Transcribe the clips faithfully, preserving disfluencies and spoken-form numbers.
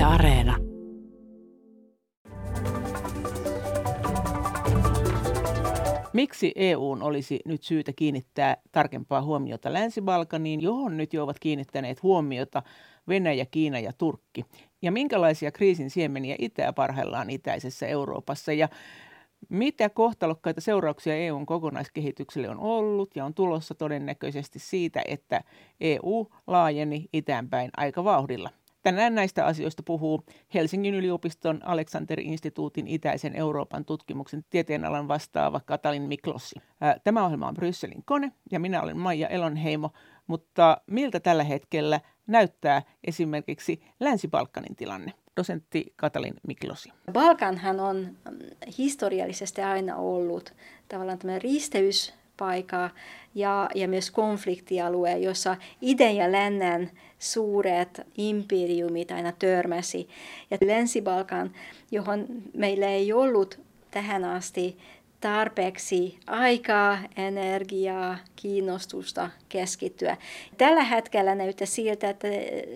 Areena. Miksi E U:n olisi nyt syytä kiinnittää tarkempaa huomiota Länsi-Balkaniin, johon nyt jo ovat kiinnittäneet huomiota Venäjä, Kiina ja Turkki? Ja minkälaisia kriisin siemeniä itää parhaillaan itäisessä Euroopassa? Ja mitä kohtalokkaita seurauksia E U:n kokonaiskehitykselle on ollut ja on tulossa todennäköisesti siitä, että E U laajeni itäänpäin aika vauhdilla? Tänään näistä asioista puhuu Helsingin yliopiston Alexander-instituutin itäisen Euroopan tutkimuksen tieteenalan vastaava Katalin Miklósi. Tämä ohjelma on Brysselin kone ja minä olen Maija Elonheimo, mutta miltä tällä hetkellä näyttää esimerkiksi Länsi-Balkanin tilanne? Dosentti Katalin Miklósi. Balkanhan on historiallisesti aina ollut tavallaan tämmöinen risteyspaikka ja, ja myös konfliktialue, jossa idän ja lännen suuret imperiumit aina törmäsi. Ja Länsi-Balkan, johon meillä ei ollut tähän asti tarpeeksi aikaa, energiaa, kiinnostusta keskittyä. Tällä hetkellä näyttää siltä, että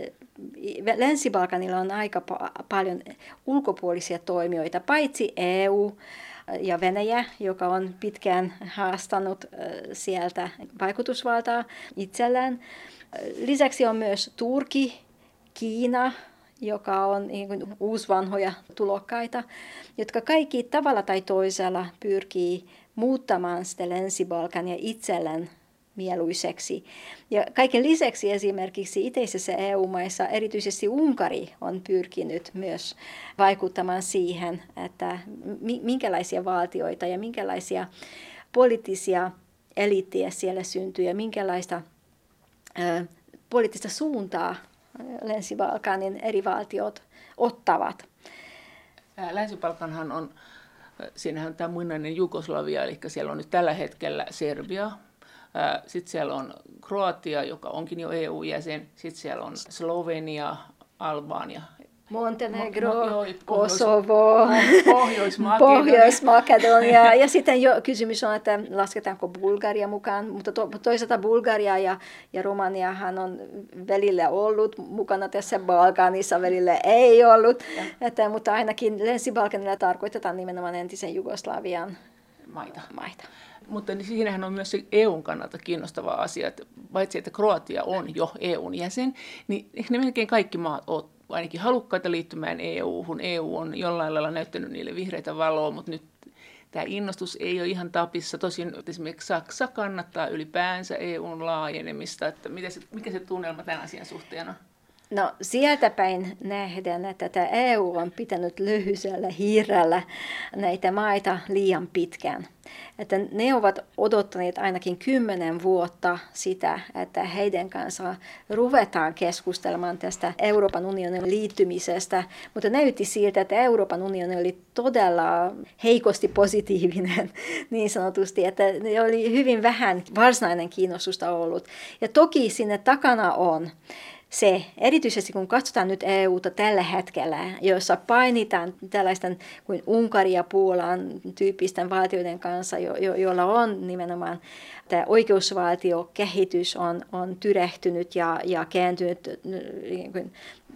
Länsi-Balkanilla on aika pa- paljon ulkopuolisia toimijoita, paitsi E U ja Venäjä, joka on pitkään haastanut sieltä vaikutusvaltaa itsellään. Lisäksi on myös Turkki, Kiina, joka on niin kuin uusvanhoja tulokkaita, jotka kaikki tavalla tai toisella pyrkii muuttamaan sitä Länsi-Balkania itselleen mieluiseksi. Ja kaiken lisäksi esimerkiksi itäisessä E U-maissa erityisesti Unkari on pyrkinyt myös vaikuttamaan siihen, että minkälaisia valtioita ja minkälaisia poliittisia eliittejä siellä syntyy ja minkälaista ä, poliittista suuntaa Länsi-Balkanin eri valtiot ottavat. Länsi-Balkanhan on, siinähän on tämä muinainen Jugoslavia, eli siellä on nyt tällä hetkellä Serbia. Sitten siellä on Kroatia, joka onkin jo E U-jäsen. Sitten siellä on Slovenia, Albania. Montenegro, no, no, joo, Kosovo, Pohjois-Makedonia. Pohjois-Makedonia. Ja sitten jo kysymys on, että lasketaanko Bulgaria mukaan, mutta to, toisaalta Bulgaria ja, ja Romaniahan on välillä ollut mukana tässä Balkanissa, välillä ei ollut. Että, mutta ainakin Länsi-Balkanilla tarkoitetaan nimenomaan entisen Jugoslavian maita. maita. Mutta niin siinähän on myös se E U:n kannalta kiinnostava asia, että paitsi että Kroatia on jo E U:n jäsen, niin ne melkein kaikki maat ovat ainakin halukkaita liittymään E U:hun. E U on jollain lailla näyttänyt niille vihreitä valoa, mutta nyt tämä innostus ei ole ihan tapissa. Tosin esimerkiksi Saksa kannattaa ylipäänsä E U:n laajenemista. Että mitä se, mikä se tunnelma tämän asian suhteen on? No sieltä päin nähdään, että tämä E U on pitänyt lyhyisellä hiirellä näitä maita liian pitkään. Että ne ovat odottaneet ainakin kymmenen vuotta sitä, että heidän kanssaan ruvetaan keskustelemaan tästä Euroopan unionin liittymisestä, mutta näytti siltä, että Euroopan unioni oli todella heikosti positiivinen niin sanotusti, että oli hyvin vähän varsinainen kiinnostusta ollut. Ja toki sinne takana on se, erityisesti kun katsotaan nyt E U:ta tällä hetkellä, jossa painitaan tällaisten kuin Unkari ja Puolan tyyppisten valtioiden kanssa, jo, jo, joilla on nimenomaan tämä oikeusvaltiokehitys on, on tyrehtynyt ja, ja kääntynyt niin kuin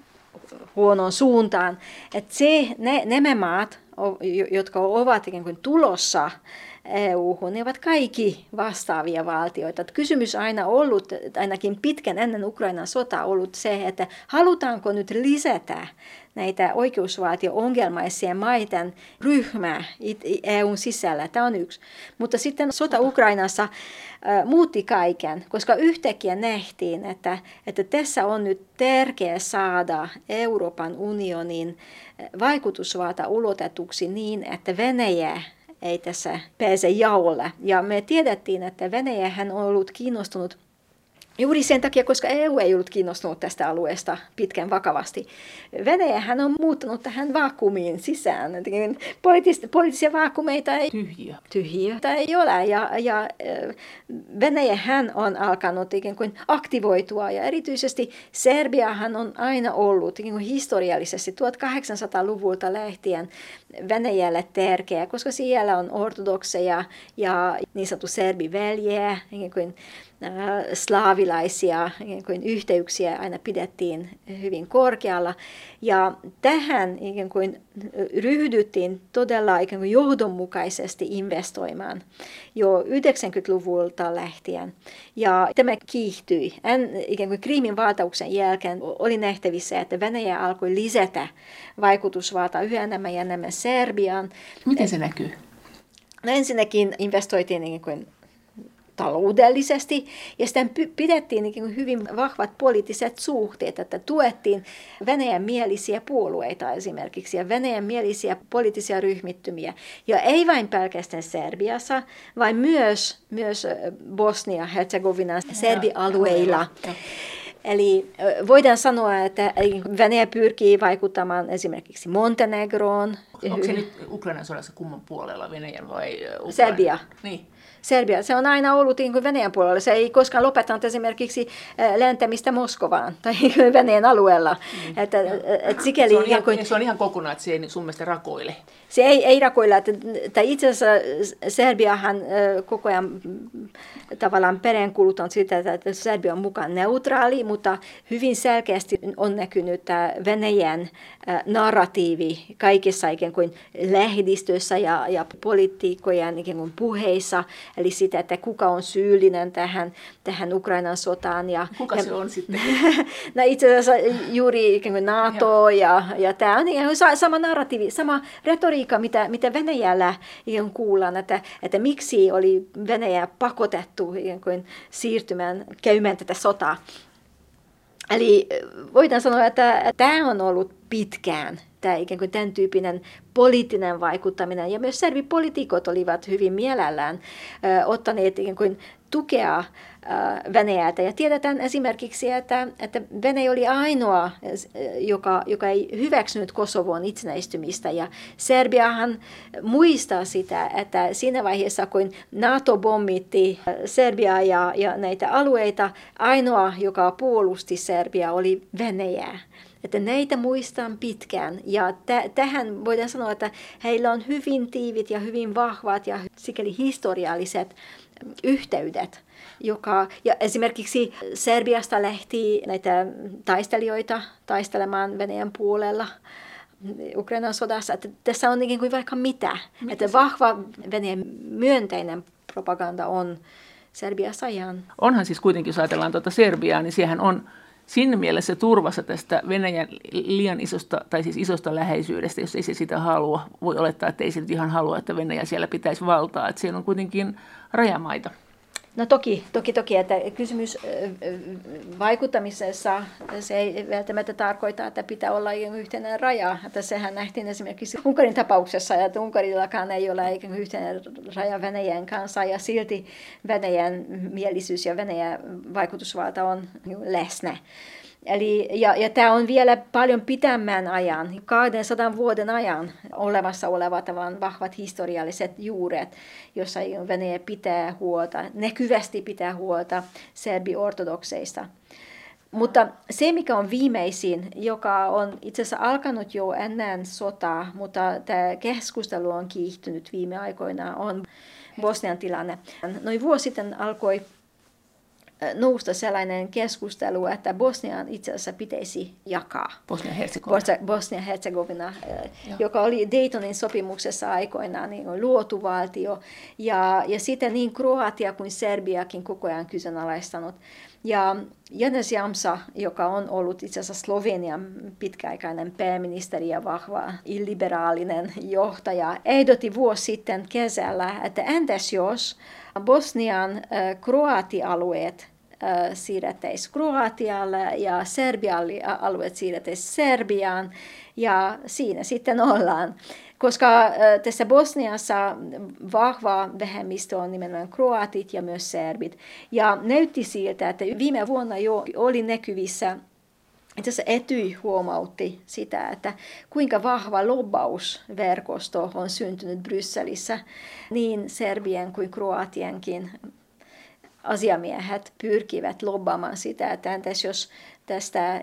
huonoon suuntaan. Että se, ne, nämä maat, jotka ovat ikään kuin tulossa E U:hun, ne ovat kaikki vastaavia valtioita. Kysymys aina ollut, ainakin pitkän ennen Ukrainan sotaa ollut se, että halutaanko nyt lisätä näitä oikeusvaltio-ongelmaisia maiden ryhmää E U:n sisällä. Tämä on yksi. Mutta sitten sota Ukrainassa äh, muutti kaiken, koska yhtäkkiä nähtiin, että, että tässä on nyt tärkeää saada Euroopan unionin vaikutusvalta ulotetuksi niin, että Venäjä ei tässä pääse jaolle. Ja me tiedettiin, että Venäjähän on ollut kiinnostunut juuri sen takia, koska E U ei ollut kiinnostunut tästä alueesta pitkään vakavasti. Venäjähän on muuttanut tähän vaakkumiin sisään. Poliittisia, poliittisia vaakkumeita ei, Tyhjiö. tyhjiötä ei ole. Ja, ja Venäjähän on alkanut ikään kuin aktivoitua. Ja erityisesti Serbiahan on aina ollut ikään kuin historiallisesti tuhatkahdeksansataaluvulta lähtien Venäjälle tärkeä, koska siellä on ortodokseja ja niin sanottu serbiveljeä, ikään kuin slaavilaisia ikään kuin yhteyksiä aina pidettiin hyvin korkealla. Ja tähän ikään kuin ryhdyttiin todella ikään kuin johdonmukaisesti investoimaan jo yhdeksänkymmentäluvulta lähtien. Ja tämä kiihtyi. Ikään kuin Krimin valtauksen jälkeen oli nähtävissä, että Venäjä alkoi lisätä vaikutusvaltaa yhä enemmän ja enemmän Serbiaan. Miten se näkyy? No ensinnäkin investoitiin niin kuin taloudellisesti ja sitten pidettiin niin kuin hyvin vahvat poliittiset suhteet, että tuettiin Venäjän mielisiä puolueita esimerkiksi ja Venäjän mielisiä poliittisia ryhmittymiä. Ja ei vain pelkästään Serbiassa, vaan myös, myös Bosnia-Herzegovinan serbialueilla. Eli voidaan sanoa, että Venäjä pyrkii vaikuttamaan esimerkiksi Montenegroon. Onko se nyt Ukrainan sodassa kumman puolella, Venäjän vai Ukraina? Serbia. Niin. Serbia. Se on aina ollut niin kuin Venäjän puolella. Se ei koskaan lopettanut esimerkiksi lentämistä Moskovaan tai Venäjän alueella. Mm. Että, et sikäli, se, on ihan, kuin, se on ihan kokonaan, että se ei sun mielestä rakoile. Se ei, ei rakoile. Että, että itse asiassa Serbiahan koko ajan tavallaan peräänkuulutan sitä, että Serbia on mukaan neutraali, mutta hyvin selkeästi on näkynyt Venäjän narratiivi kaikissa ikään kuin lehdistössä ja, ja poliitikkojen ikään kuin puheissa. Eli sitä, että kuka on syyllinen tähän, tähän Ukrainan sotaan. Ja, kuka ja, se on sitten? No itse asiassa juuri ikään kuin NATO ja, ja tämä on ihan sama narratiivi, sama retoriikka, mitä, mitä Venäjällä ikään kuullaan, että, että miksi oli Venäjä pakotettu ikään kuin siirtymään, käymään tätä sotaa. Eli voidaan sanoa, että tämä on ollut pitkään tämä ikään kuin tämän tyyppinen poliittinen vaikuttaminen. Ja myös serbipoliitikot olivat hyvin mielellään ö, ottaneet ikään kuin tukea ö, Venäjältä. Ja tiedetään esimerkiksi, että, että Venäjä oli ainoa, joka, joka ei hyväksynyt Kosovon itsenäistymistä. Ja Serbiahan muistaa sitä, että siinä vaiheessa, kun NATO pommitti Serbiaa ja, ja näitä alueita, ainoa, joka puolusti Serbiaa, oli Venäjä. Että näitä muistan pitkään ja t- tähän voidaan sanoa, että heillä on hyvin tiivit ja hyvin vahvat ja sikäli historialliset yhteydet. Joka, ja esimerkiksi Serbiasta lähti näitä taistelijoita taistelemaan Venäjän puolella Ukrainan sodassa. Että tässä on ikään kuin vaikka mitä. mitä että vahva Venäjän myönteinen propaganda on Serbiassa ihan. Onhan siis kuitenkin, jos ajatellaan tuota Serbiaa, niin siihen on siinä mielessä turvassa tästä Venäjän liian isosta, tai siis isosta läheisyydestä, jos ei se sitä halua. Voi olettaa, että ei se nyt ihan halua, että Venäjä siellä pitäisi valtaa, että siellä on kuitenkin rajamaita. No toki, toki, toki, että kysymys vaikuttamisessa se ei välttämättä tarkoita, että pitää olla yhtenäinen raja. Että sehän nähtiin esimerkiksi Unkarin tapauksessa, että Unkarillakaan ei ole yhtenäinen raja Venäjän kanssa ja silti Venäjän mielisyys ja Venäjän vaikutusvalta on läsnä. Eli, ja, ja tämä on vielä paljon pitemmän ajan, kahdensadan vuoden ajan olemassa olevat vahvat historialliset juuret, jossa Venäjä pitää huolta, näkyvästi pitää huolta serbi-ortodokseista. Mutta se, mikä on viimeisin, joka on itse asiassa alkanut jo ennen sotaa, mutta tämä keskustelu on kiihtynyt viime aikoina, on Bosnian tilanne. Noin vuosi sitten alkoi nousta sellainen keskustelu, että Bosnian itse asiassa pitäisi jakaa. Bosnia-Herzegovina. Bosnia-Herzegovina, joka oli Daytonin sopimuksessa aikoinaan niin luotu valtio. Ja, ja sitten niin Kroatia kuin Serbiakin koko ajan kyseenalaistanut. Ja Janez Janša, joka on ollut itse asiassa Slovenian pitkäaikainen pääministeri ja vahva illiberaalinen johtaja, ehdotti vuosi sitten kesällä, että entäs jos Bosnian äh, kroatialueet äh, siirrettäisiin Kroatialle ja Serbian alueet siirrettäisiin Serbiaan ja siinä sitten ollaan. Koska äh, tässä Bosniassa vahva vähemmistö on nimenomaan kroatit ja myös serbit. Ja näytti siltä, että viime vuonna jo oli näkyvissä, itse asiassa Etyj huomautti sitä, että kuinka vahva lobbausverkosto on syntynyt Brysselissä, niin Serbien kuin Kroatienkin asiamiehet pyrkivät lobbaamaan sitä, että entäs jos tästä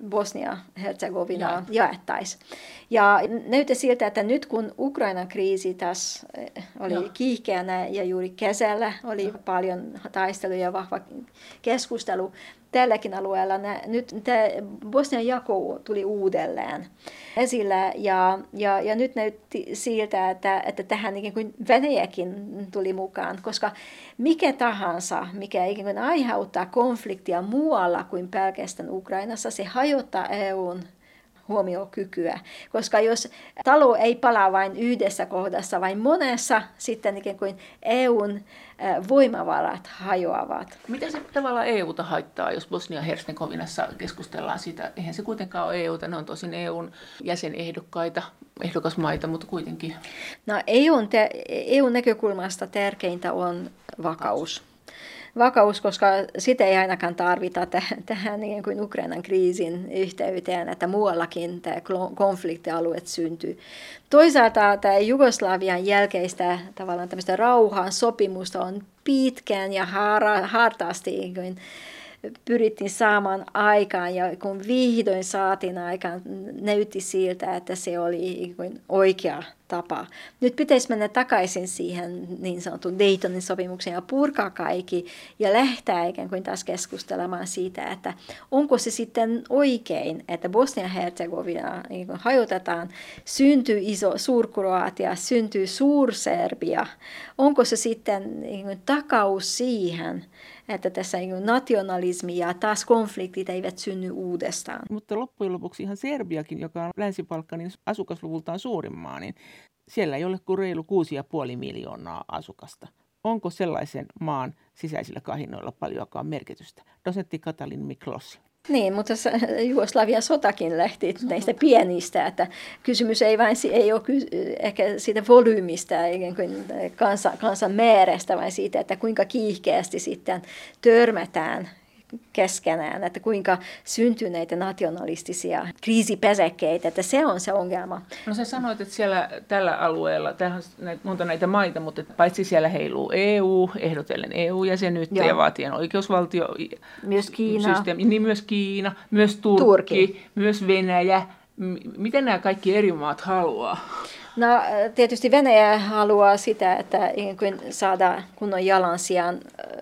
Bosnia-Herzegovinaa jaettaisiin. Ja näyttää siltä, että nyt kun Ukrainan kriisi taas oli ja. kiihkeänä ja juuri kesällä oli ja. paljon taistelua ja vahva keskustelu tälläkin alueella, nyt tämä Bosnian jako tuli uudelleen esille ja, ja, ja nyt näytti siltä, että, että tähän ikään kuin Venäjäkin tuli mukaan, koska mikä tahansa, mikä ikään kuin aiheuttaa konfliktia muualla kuin pelkästään Ukrainassa, se hajottaa E U:n huomiokykyä, koska jos talo ei palaa vain yhdessä kohdassa, vain monessa, sitten ikään kuin E U:n voimavarat hajoavat. Miten se tavallaan E U:ta haittaa, jos Bosnia-Herzegovinassa keskustellaan siitä? Eihän se kuitenkaan ole E U:ta, ne on tosin E U:n jäsenehdokkaita, ehdokasmaita, mutta kuitenkin. No E U:n, te, E U:n näkökulmasta tärkeintä on vakaus. Vakaus, koska sitä ei ainakaan tarvita täh- tähän niin kuin Ukrainan kriisin yhteyteen, että muuallakin tämä konfliktialueet syntyy. Toisaalta tämä Jugoslavian jälkeistä tavallaan tämmöistä rauhan sopimusta on pitkään ja har- hartaasti niin kuin pyrittiin saamaan aikaan, ja kun vihdoin saatiin aikaan, näytti siltä, että se oli oikea tapa. Nyt pitäisi mennä takaisin siihen niin sanotun Daytonin sopimukseen ja purkaa kaikki ja lähteä ikään kuin taas keskustelemaan siitä, että onko se sitten oikein, että Bosnia-Herzegovina niin kuin hajotetaan, syntyy iso Suur-Kroatia, syntyy Suur-Serbia. Onko se sitten niin kuin takaus siihen, että tässä nationalismi ja taas konfliktit eivät synny uudestaan. Mutta loppujen lopuksi ihan Serbiakin, joka on Länsi-Balkanin asukasluvultaan suurin maa, niin siellä ei ole kuin reilu kuusi pilkku viisi miljoonaa asukasta. Onko sellaisen maan sisäisillä kahinoilla paljonkaan merkitystä? Dosentti Katalin Miklosi. Niin, mutta Jugoslavian sotakin lähti näistä pienistä, että kysymys ei vain ei ole ky- ehkä siitä volyymistä, ikään kuin kansan, kansan määrästä, vaan siitä, että kuinka kiihkeästi sitten törmätään keskenään, että kuinka syntyy näitä nationalistisia kriisipesäkkeitä, että se on se ongelma. No sä sanoit, että siellä tällä alueella, tähän on monta näitä maita, mutta paitsi siellä heiluu E U, ehdotellen E U-jäsenyyttä Joo. ja vaatien oikeusvaltio, myös Kiina, systeemi, niin myös Kiina, myös Turkki, Turkki, myös Venäjä. Miten nämä kaikki eri maat haluaa? No tietysti Venäjä haluaa sitä, että ikään kuin saada kunnon jalansijan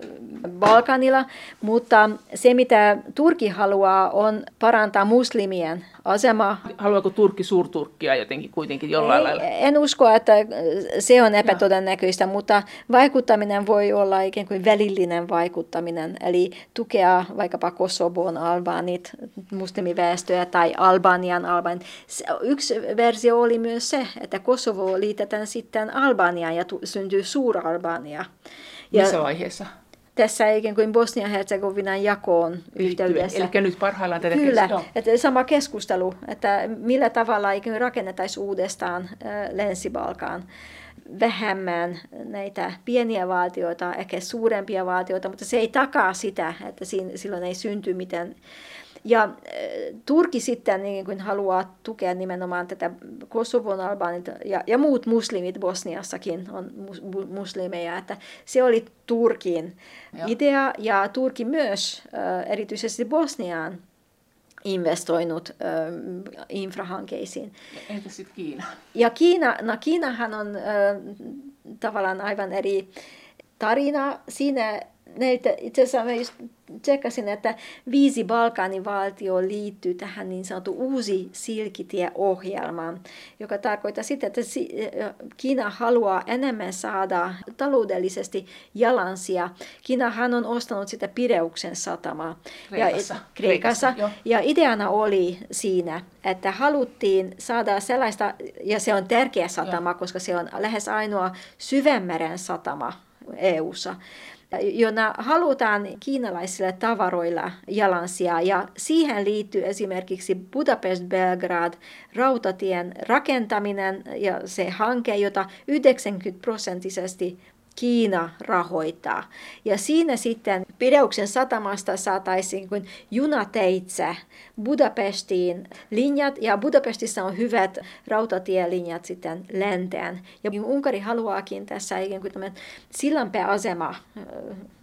Balkanilla, mutta se mitä Turkki haluaa on parantaa muslimien asemaa. Haluaako Turkki Suurturkkia jotenkin kuitenkin jollain Ei, lailla? En usko, että se on epätodennäköistä, mutta vaikuttaminen voi olla ikään kuin välillinen vaikuttaminen, eli tukea vaikkapa Kosovon albanit, muslimiväestöä tai Albanian albanit. Yksi versio oli myös se, että Kosovo liitetään sitten Albaniaan ja syntyy Suur-Albania. Missä vaiheessa? Tässä ikään kuin Bosnia-Herzegovinan jakoon yhteydessä. Eli nyt parhaillaan tätä Kyllä, että sama keskustelu, että millä tavalla ikään kuin rakennettaisiin uudestaan Länsi-Balkan. Vähemmän näitä pieniä valtioita, ehkä suurempia valtioita, mutta se ei takaa sitä, että silloin ei synty mitään. Ja äh, Turkki sitten niin kuin haluaa tukea nimenomaan tätä Kosovon albanit ja, ja muut muslimit Bosniassakin on mus, muslimeja, että se oli Turkin Joo. idea ja Turkki myös äh, erityisesti Bosniaan investoinut äh, infrahankkeisiin. Entä sitten Kiina? Ja Kiina, no Kiinahan on äh, tavallaan aivan eri tarina siinä. Näitä, itse asiassa mä just tsekkasin, että viisi Balkanin valtioa liittyy tähän niin sanottu uusi silkkitie-ohjelmaan, joka tarkoittaa sitä, että Kiina haluaa enemmän saada taloudellisesti jalansia. Kiinahan on ostanut sitä Pireuksen satamaa Kreikassa. Ja, Kreikassa. Kreikassa ja ideana oli siinä, että haluttiin saada sellaista, ja se on tärkeä satama, jo. koska se on lähes ainoa syvemmeren satama E U:ssa, jona halutaan kiinalaisilla tavaroilla jalansijaa. Ja siihen liittyy esimerkiksi Budapest-Belgrad rautatien rakentaminen ja se hanke, jota yhdeksänkymmentä prosenttisesti Kiina rahoittaa. Ja siinä sitten Pireuksen satamasta saataisiin kuin junateitse Budapestiin linjat, ja Budapestissa on hyvät rautatielinjat sitten länteen. Ja Unkari haluaakin tässä ikään kuin sillanpääasema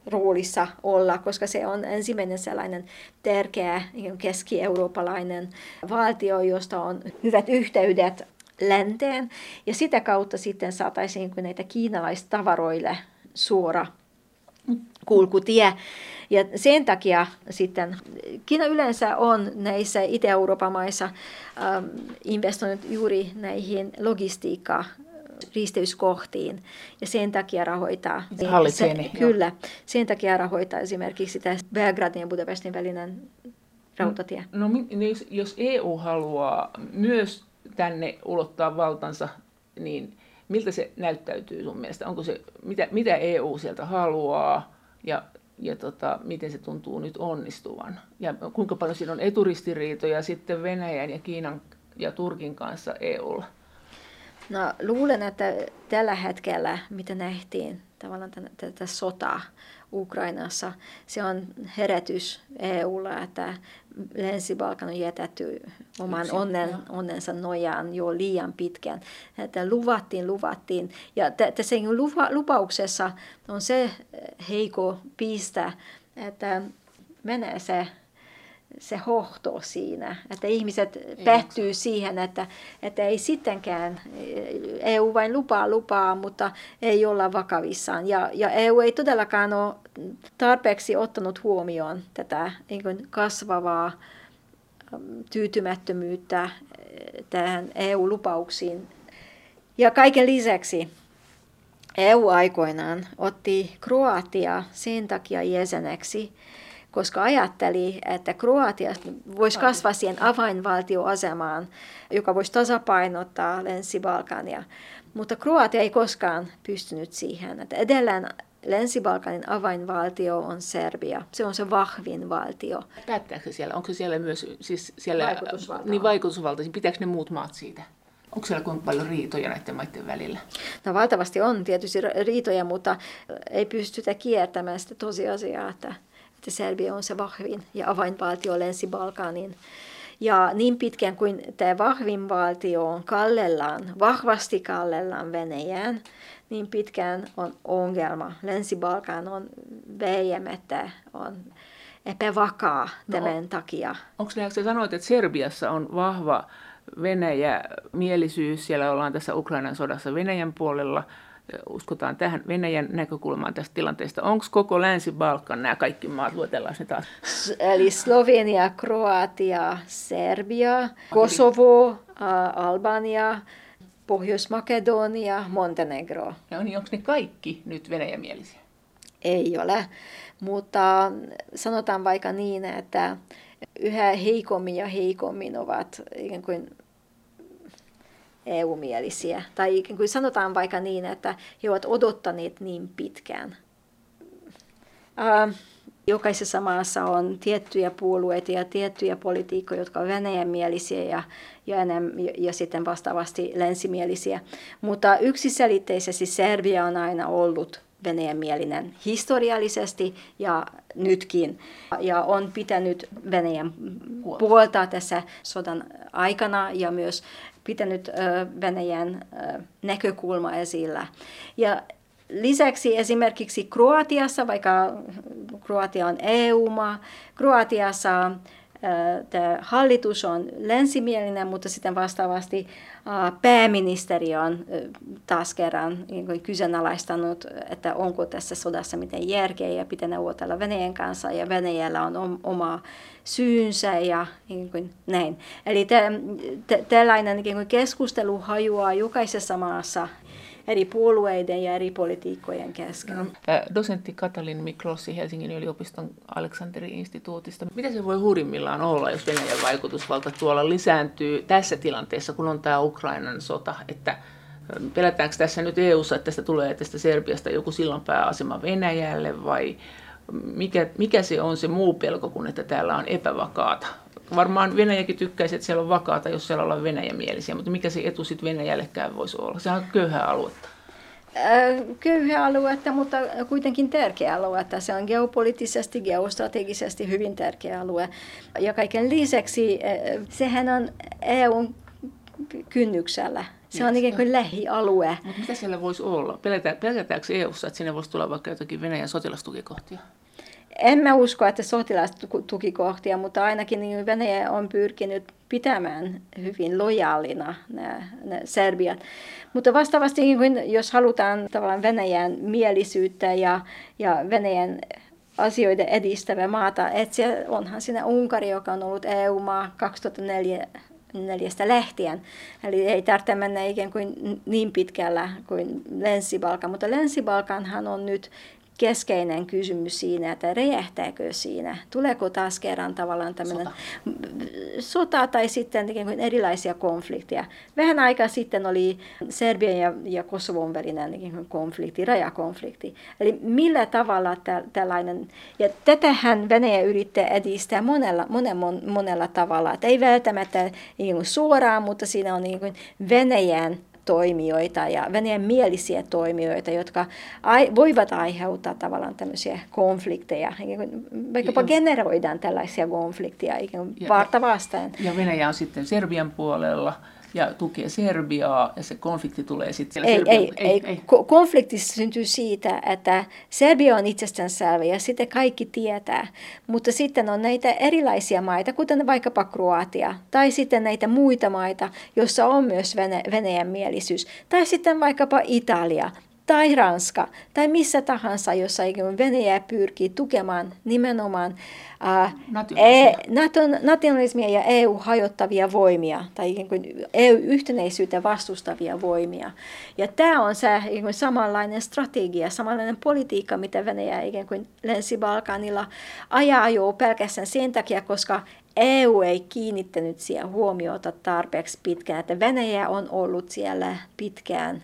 roolissa olla, koska se on ensimmäinen sellainen tärkeä keski-eurooppalainen valtio, josta on hyvät yhteydet länteen, ja sitä kautta sitten saataisiin näitä kiinalaistavaroille suora kulkutie. Ja sen takia sitten Kiina yleensä on näissä Itä-Euroopan maissa ähm, investoinut juuri näihin logistiikkaan, risteyskohtiin, ja sen takia rahoittaa, se, kyllä, sen takia rahoittaa esimerkiksi tämä Belgradin ja Budapestin välinen rautatie. No, no jos E U haluaa myös tänne ulottaa valtansa, niin miltä se näyttäytyy sun mielestä? Onko se, mitä, mitä E U sieltä haluaa ja, ja tota, miten se tuntuu nyt onnistuvan? Ja kuinka paljon siinä on eturistiriitoja sitten Venäjän ja Kiinan ja Turkin kanssa E U:lla? No, luulen, että tällä hetkellä, mitä nähtiin tavallaan tätä sotaa Ukrainassa, se on herätys E U:lla, että Länsi-Balkan on jätetty oman onnen, onnensa nojaan jo liian pitkään. Että luvattiin, luvattiin. Ja tässä lupauksessa on se heikko piste, että menee se se hohto siinä, että ihmiset pettyy siihen, että, että ei sittenkään, E U vain lupaa lupaa, mutta ei olla vakavissaan. Ja, ja E U ei todellakaan ole tarpeeksi ottanut huomioon tätä niin kuin kasvavaa tyytymättömyyttä tähän E U-lupauksiin. Ja kaiken lisäksi E U aikoinaan otti Kroatia sen takia jäseneksi, koska ajatteli, että Kroatia voisi kasvaa siihen avainvaltioasemaan, joka voisi tasapainottaa Länsi-Balkania. Mutta Kroatia ei koskaan pystynyt siihen. Että edelleen Länsi-Balkanin avainvaltio on Serbia. Se on se vahvin valtio. Päättääkö se siellä? Onko se siellä myös siis siellä, vaikutusvalta? Niin vaikutusvaltaisia. Pitääkö ne muut maat siitä? Onko siellä kuinka paljon riitoja näiden maiden välillä? No valtavasti on tietysti riitoja, mutta ei pystytä kiertämään sitä tosiasiaa, että että Serbia on se vahvin ja avainvaltio Länsi-Balkanin. Ja niin pitkään kuin tämä vahvin valtio on kallellaan, vahvasti kallellaan Venäjään, niin pitkään on ongelma. Länsi-Balkan on väijämättä, on epävakaa tämän no, takia. Onko ne, sä sanoit, että Serbiassa on vahva Venäjä-mielisyys, siellä ollaan tässä Ukrainan sodassa Venäjän puolella, uskotaan tähän Venäjän näkökulmaan tästä tilanteesta. Onko koko Länsi-Balkan nämä kaikki maat, luetellaan ne taas? Eli Slovenia, Kroatia, Serbia, Kosovo, Albania, Pohjois-Makedonia, Montenegro. Ja niin, onko ne kaikki nyt venäjämielisiä? Ei ole, mutta sanotaan vaikka niin, että yhä heikommin ja heikommin ovat ikään kuin E U-mielisiä. Tai kuin sanotaan vaikka niin, että he ovat odottaneet niin pitkään. Uh, jokaisessa maassa on tiettyjä puolueita ja tiettyjä poliitikkoja, jotka ovat venäjänmielisiä ja, ja, enem, ja, ja sitten vastaavasti länsimielisiä. Mutta yksiselitteisesti Serbia on aina ollut venäjänmielinen historiallisesti ja nytkin. Ja on pitänyt Venäjän puolta tässä sodan aikana ja myös pitänyt Venäjän näkökulma esillä. Ja lisäksi esimerkiksi Kroatiassa, vaikka Kroatia on E U-maa, Kroatiassa tämä hallitus on länsimielinen, mutta sitten vastaavasti pääministeri on taas kerran kyseenalaistanut, että onko tässä sodassa mitään järkeä ja pitää neuvotella Venäjän kanssa ja Venäjällä on oma syynsä ja niin kuin näin. Eli tä, tä, tällainen niin kuin keskustelu hajuaa jokaisessa maassa eri puolueiden ja eri politiikkojen kesken. Dosentti Katalin Miklossi Helsingin yliopiston Aleksanteri-instituutista. Mitä se voi hurjimmillaan olla, jos Venäjän vaikutusvalta tuolla lisääntyy tässä tilanteessa, kun on tämä Ukrainan sota? Että pelätäänkö tässä nyt E U:ssa, että tästä tulee tästä Serbiasta joku sillanpääasema Venäjälle vai mikä, mikä se on se muu pelko, kun että täällä on epävakaata? Varmaan Venäjäkin tykkäisi, että siellä on vakaata, jos siellä ollaan venäjämielisiä, mutta mikä se etu sitten Venäjällekään voisi olla? Se on köyhää aluetta. Köyhää aluetta, mutta kuitenkin tärkeä alue. Se on geopoliittisesti, geostrategisesti hyvin tärkeä alue. Ja kaiken lisäksi sehän on E U:n kynnyksellä. Se on ikään kuin lähialue. Mutta mitä siellä voisi olla? Pelätäänkö E U:ssa, että sinne voisi tulla vaikka jotakin Venäjän sotilastukikohtia? En mä usko, että sotilastukikohtia, mutta ainakin niin Venäjä on pyrkinyt pitämään hyvin lojaalina nämä, nämä Serbiat. Mutta vastaavasti, niin jos halutaan tavallaan Venäjän mielisyyttä ja, ja Venäjän asioiden edistävä maata, että se onhan siinä Unkari, joka on ollut E U-maa kaksituhattaneljä neljästä lähtien. Eli ei tarvitse mennä ikään kuin niin pitkällä kuin Länsi-Balkan, mutta Länsi-Balkanhan on nyt keskeinen kysymys siinä, että räjähtääkö siinä, tuleeko taas kerran tavallaan tämmöinen sota, sota tai sitten ikään kuin erilaisia konflikteja. Vähän aikaa sitten oli Serbian ja, ja Kosovon välinen ikään kuin konflikti, rajakonflikti. Eli millä tavalla tä, tällainen, ja tätähän Venäjä yrittää edistää monella, monella, monella tavalla. Että ei välttämättä ikään kuin suoraan, mutta siinä on ikään kuin Venäjän toimijoita ja Venäjän mielisiä toimijoita, jotka ai, voivat aiheuttaa tavallaan tämmöisiä konflikteja, vaikkapa generoidaan tällaisia konflikteja ikään kuin varta vastaan. Ja Venäjä on sitten Serbian puolella ja tukee Serbiaa ja se konflikti tulee sitten ei, Serbian... ei, ei, ei. Konflikti syntyy siitä, että Serbia on itsestäänselvä ja sitä kaikki tietää, mutta sitten on näitä erilaisia maita, kuten vaikkapa Kroatia, tai sitten näitä muita maita, joissa on myös Venäjän mielisyys, tai sitten vaikkapa Italia, tai Ranska, tai missä tahansa, jossa Venäjä pyrkii tukemaan nimenomaan uh, nationalismia. E, nationalismia ja E U-hajottavia voimia, tai E U-yhtenäisyyttä vastustavia voimia. Ja tämä on se samanlainen strategia, samanlainen politiikka, mitä Venäjä ikään kuin Länsi-Balkanilla ajaa jo pelkästään sen takia, koska E U ei kiinnittänyt siihen huomiota tarpeeksi pitkään, että Venäjä on ollut siellä pitkään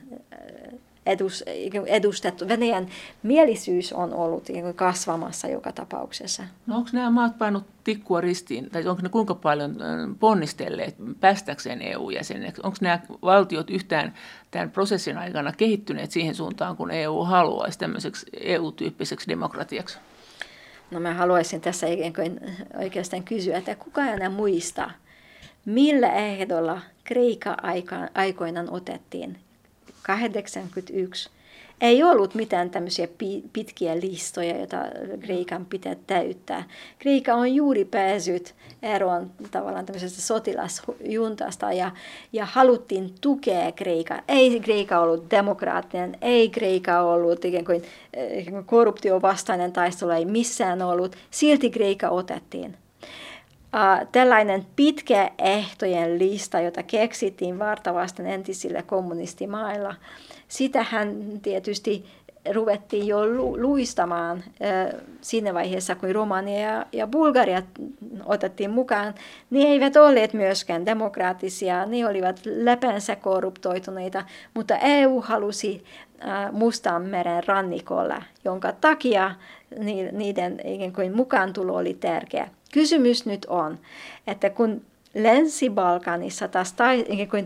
edustettu. Venäjän mielisyys on ollut kasvamassa joka tapauksessa. No onko nämä maat painut tikkua ristiin, tai onko ne kuinka paljon ponnistelleet päästäkseen E U-jäseneksi? Onko nämä valtiot yhtään tämän prosessin aikana kehittyneet siihen suuntaan, kun E U haluaisi tämmöiseksi E U-tyyppiseksi demokratiaksi? No mä haluaisin tässä oikeastaan kysyä, että kuka enää muistaa, millä ehdolla Kreikka aikoinaan otettiin? kahdeksankymmentäyksi. Ei ollut mitään tämmöisiä pitkiä listoja, joita Kreikan pitää täyttää. Kreikka on juuri päässyt eroon tavallaan tämmöisestä sotilasjuntasta ja, ja haluttiin tukea Kreikkaa. Ei Kreikka ollut demokraattinen, ei Kreikka ollut ikään kuin korruptiovastainen taistelu, ei missään ollut. Silti Kreikka otettiin. Uh, tällainen pitkä ehtojen lista, jota keksittiin vartavasti entisillä kommunistimailla, sitähän tietysti ruvettiin jo lu- luistamaan uh, siinä vaiheessa, kun Romania ja, ja Bulgaria otettiin mukaan. Ne eivät olleet myöskään demokraattisia, ne olivat läpänsä korruptoituneita, mutta E U halusi uh, Mustanmeren rannikolla, jonka takia ni- niiden ikään kuin mukaantulo oli tärkeä. Kysymys nyt on, että kun Länsi-Balkanissa taas tai, kuin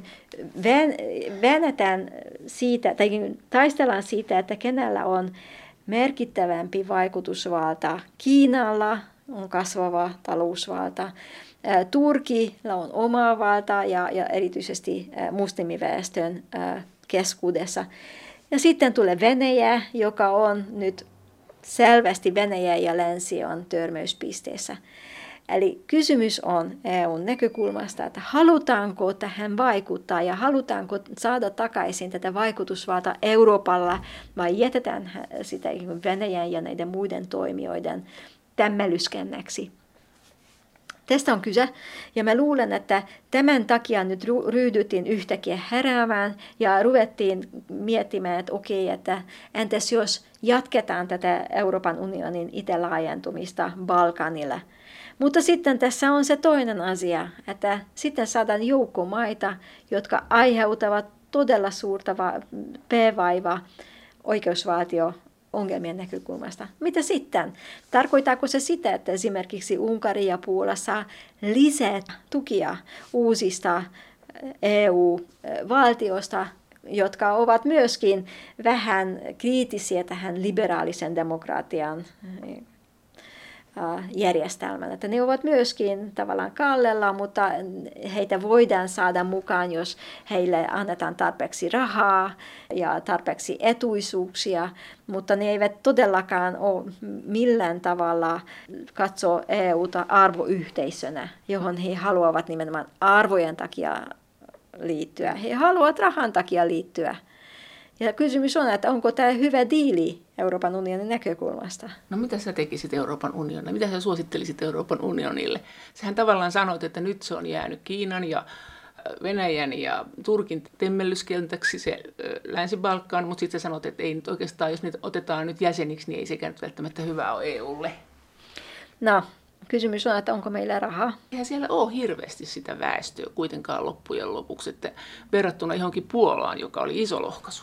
väännetään siitä, tai taistellaan siitä, että kenellä on merkittävämpi vaikutusvalta. Kiinalla on kasvava talousvalta, Turkilla on oma valta ja, ja erityisesti muslimiväestön keskuudessa. Ja sitten tulee Venäjä, joka on nyt selvästi Venäjä ja länsi on törmäyspisteessä. Eli kysymys on E U:n näkökulmasta, että halutaanko tähän vaikuttaa ja halutaanko saada takaisin tätä vaikutusvaltaa Euroopalla vai jätetään sitä Venäjän ja näiden muiden toimijoiden tämmölyskennäksi. Tästä on kyse, ja mä luulen, että tämän takia nyt ryhdyttiin yhtäkkiä heräämään ja ruvettiin miettimään, että okei, että entäs jos jatketaan tätä Euroopan unionin itälaajentumista Balkanille. Mutta sitten tässä on se toinen asia, että sitten saadaan joukko maita, jotka aiheuttavat todella suurta p-vaivaa oikeusvaltio ongelmien näkökulmasta. Mitä sitten? Tarkoittaako se sitä, että esimerkiksi Unkari ja Puola saa lisää tukia uusista E U-valtioista, jotka ovat myöskin vähän kriittisiä tähän liberaalisen demokratian järjestelmän. Että ne ovat myöskin tavallaan kallella, mutta heitä voidaan saada mukaan, jos heille annetaan tarpeeksi rahaa ja tarpeeksi etuisuuksia, mutta ne eivät todellakaan ole millään tavalla katsoa E U:ta arvoyhteisönä, johon he haluavat nimenomaan arvojen takia liittyä. He haluavat rahan takia liittyä. Ja kysymys on, että onko tämä hyvä diili Euroopan unionin näkökulmasta? No mitä sä tekisit Euroopan unionille? Mitä sä suosittelisit Euroopan unionille? Sähän tavallaan sanoit, että nyt se on jäänyt Kiinan ja Venäjän ja Turkin temmellyskentäksi se Länsi-Balkan, mutta sitten sä sanot, että ei nyt oikeastaan, jos niitä otetaan nyt jäseniksi, niin ei sekään nyt välttämättä hyvä ole E U:lle. No, kysymys on, että onko meillä rahaa? Eihän siellä ole hirveästi sitä väestöä kuitenkaan loppujen lopuksi, että verrattuna johonkin Puolaan, joka oli iso lohkaisu.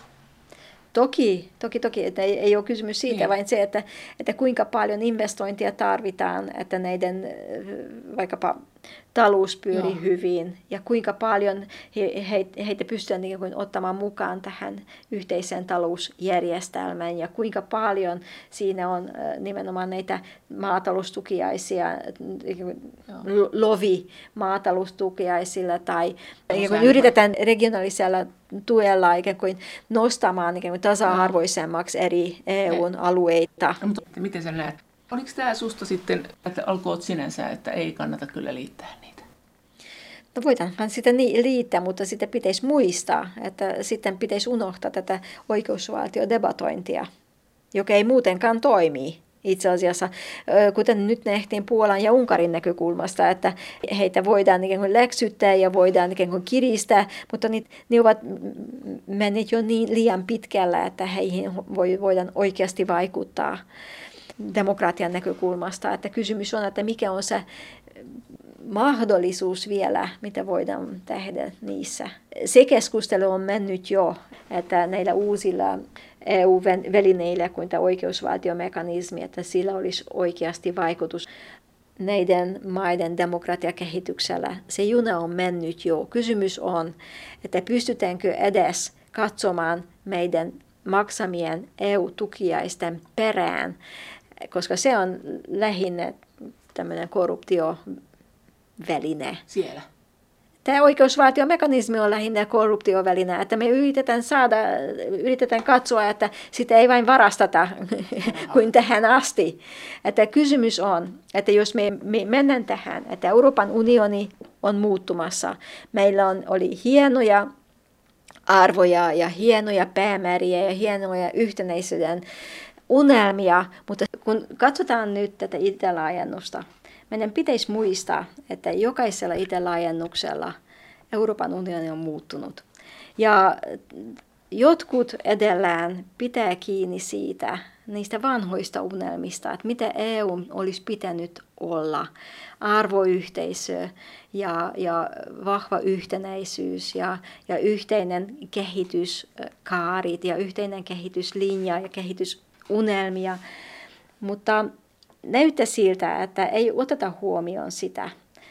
Toki, toki, toki, että ei, ei ole kysymys siitä, niin. Vain se, että, että kuinka paljon investointia tarvitaan, että näiden vaikkapa talous pyörii Joo. hyvin ja kuinka paljon he, he, heitä pystytään niin kuin ottamaan mukaan tähän yhteiseen talousjärjestelmään ja kuinka paljon siinä on nimenomaan näitä maataloustukiaisia, Joo. lovi maataloustukiaisilla tai yritetään regionaalisella tuella ikään kuin nostamaan ikään kuin tasa-arvoisemmaksi eri E U:n alueita. No, mutta miten sä näet? Oliko tämä susta sitten, että alkoot sinänsä, että ei kannata kyllä liittää niitä? No voidaanhan sitä liittää, mutta sitten pitäisi muistaa, että sitten pitäisi unohtaa tätä oikeusvaltiodebatointia, joka ei muutenkaan toimi. Itse asiassa, kuten nyt nähtiin Puolan ja Unkarin näkökulmasta, että heitä voidaan ikään kuin läksyttää ja voidaan ikään kuin kiristää, mutta ne, ne ovat menneet jo niin liian pitkällä, että heihin voidaan oikeasti vaikuttaa demokratian näkökulmasta. Että kysymys on, että mikä on se mahdollisuus vielä, mitä voidaan tehdä niissä. Se keskustelu on mennyt jo, että näillä uusilla E U-välineillä kuin tämä oikeusvaltiomekanismi, että sillä olisi oikeasti vaikutus näiden maiden demokratiakehityksellä. Se juna on mennyt jo. Kysymys on, että pystytäänkö edes katsomaan meidän maksamien E U-tukiaisten perään, koska se on lähinnä tämmöinen korruptioväline. Siellä. Tämä oikeusvaltiomekanismi on lähinnä korruptioväline, että me yritetään saada, yritetään katsoa, että sitä ei vain varasteta kuin tähän asti. Että kysymys on, että jos me, me mennään tähän, että Euroopan unioni on muuttumassa, meillä on, oli hienoja arvoja ja hienoja päämääriä ja hienoja yhtenäisyyden unelmia, mutta kun katsotaan nyt tätä itälaajennusta, meidän pitäisi muistaa, että jokaisella itälaajennuksella Euroopan unioni on muuttunut. Ja jotkut edellään pitää kiinni siitä, niistä vanhoista unelmista, että mitä E U olisi pitänyt olla. Arvoyhteisö ja, ja vahva yhtenäisyys ja, ja yhteinen kehityskaarit ja yhteinen kehityslinja ja kehitysunelmia. Mutta näyttää siltä, että ei oteta huomioon sitä,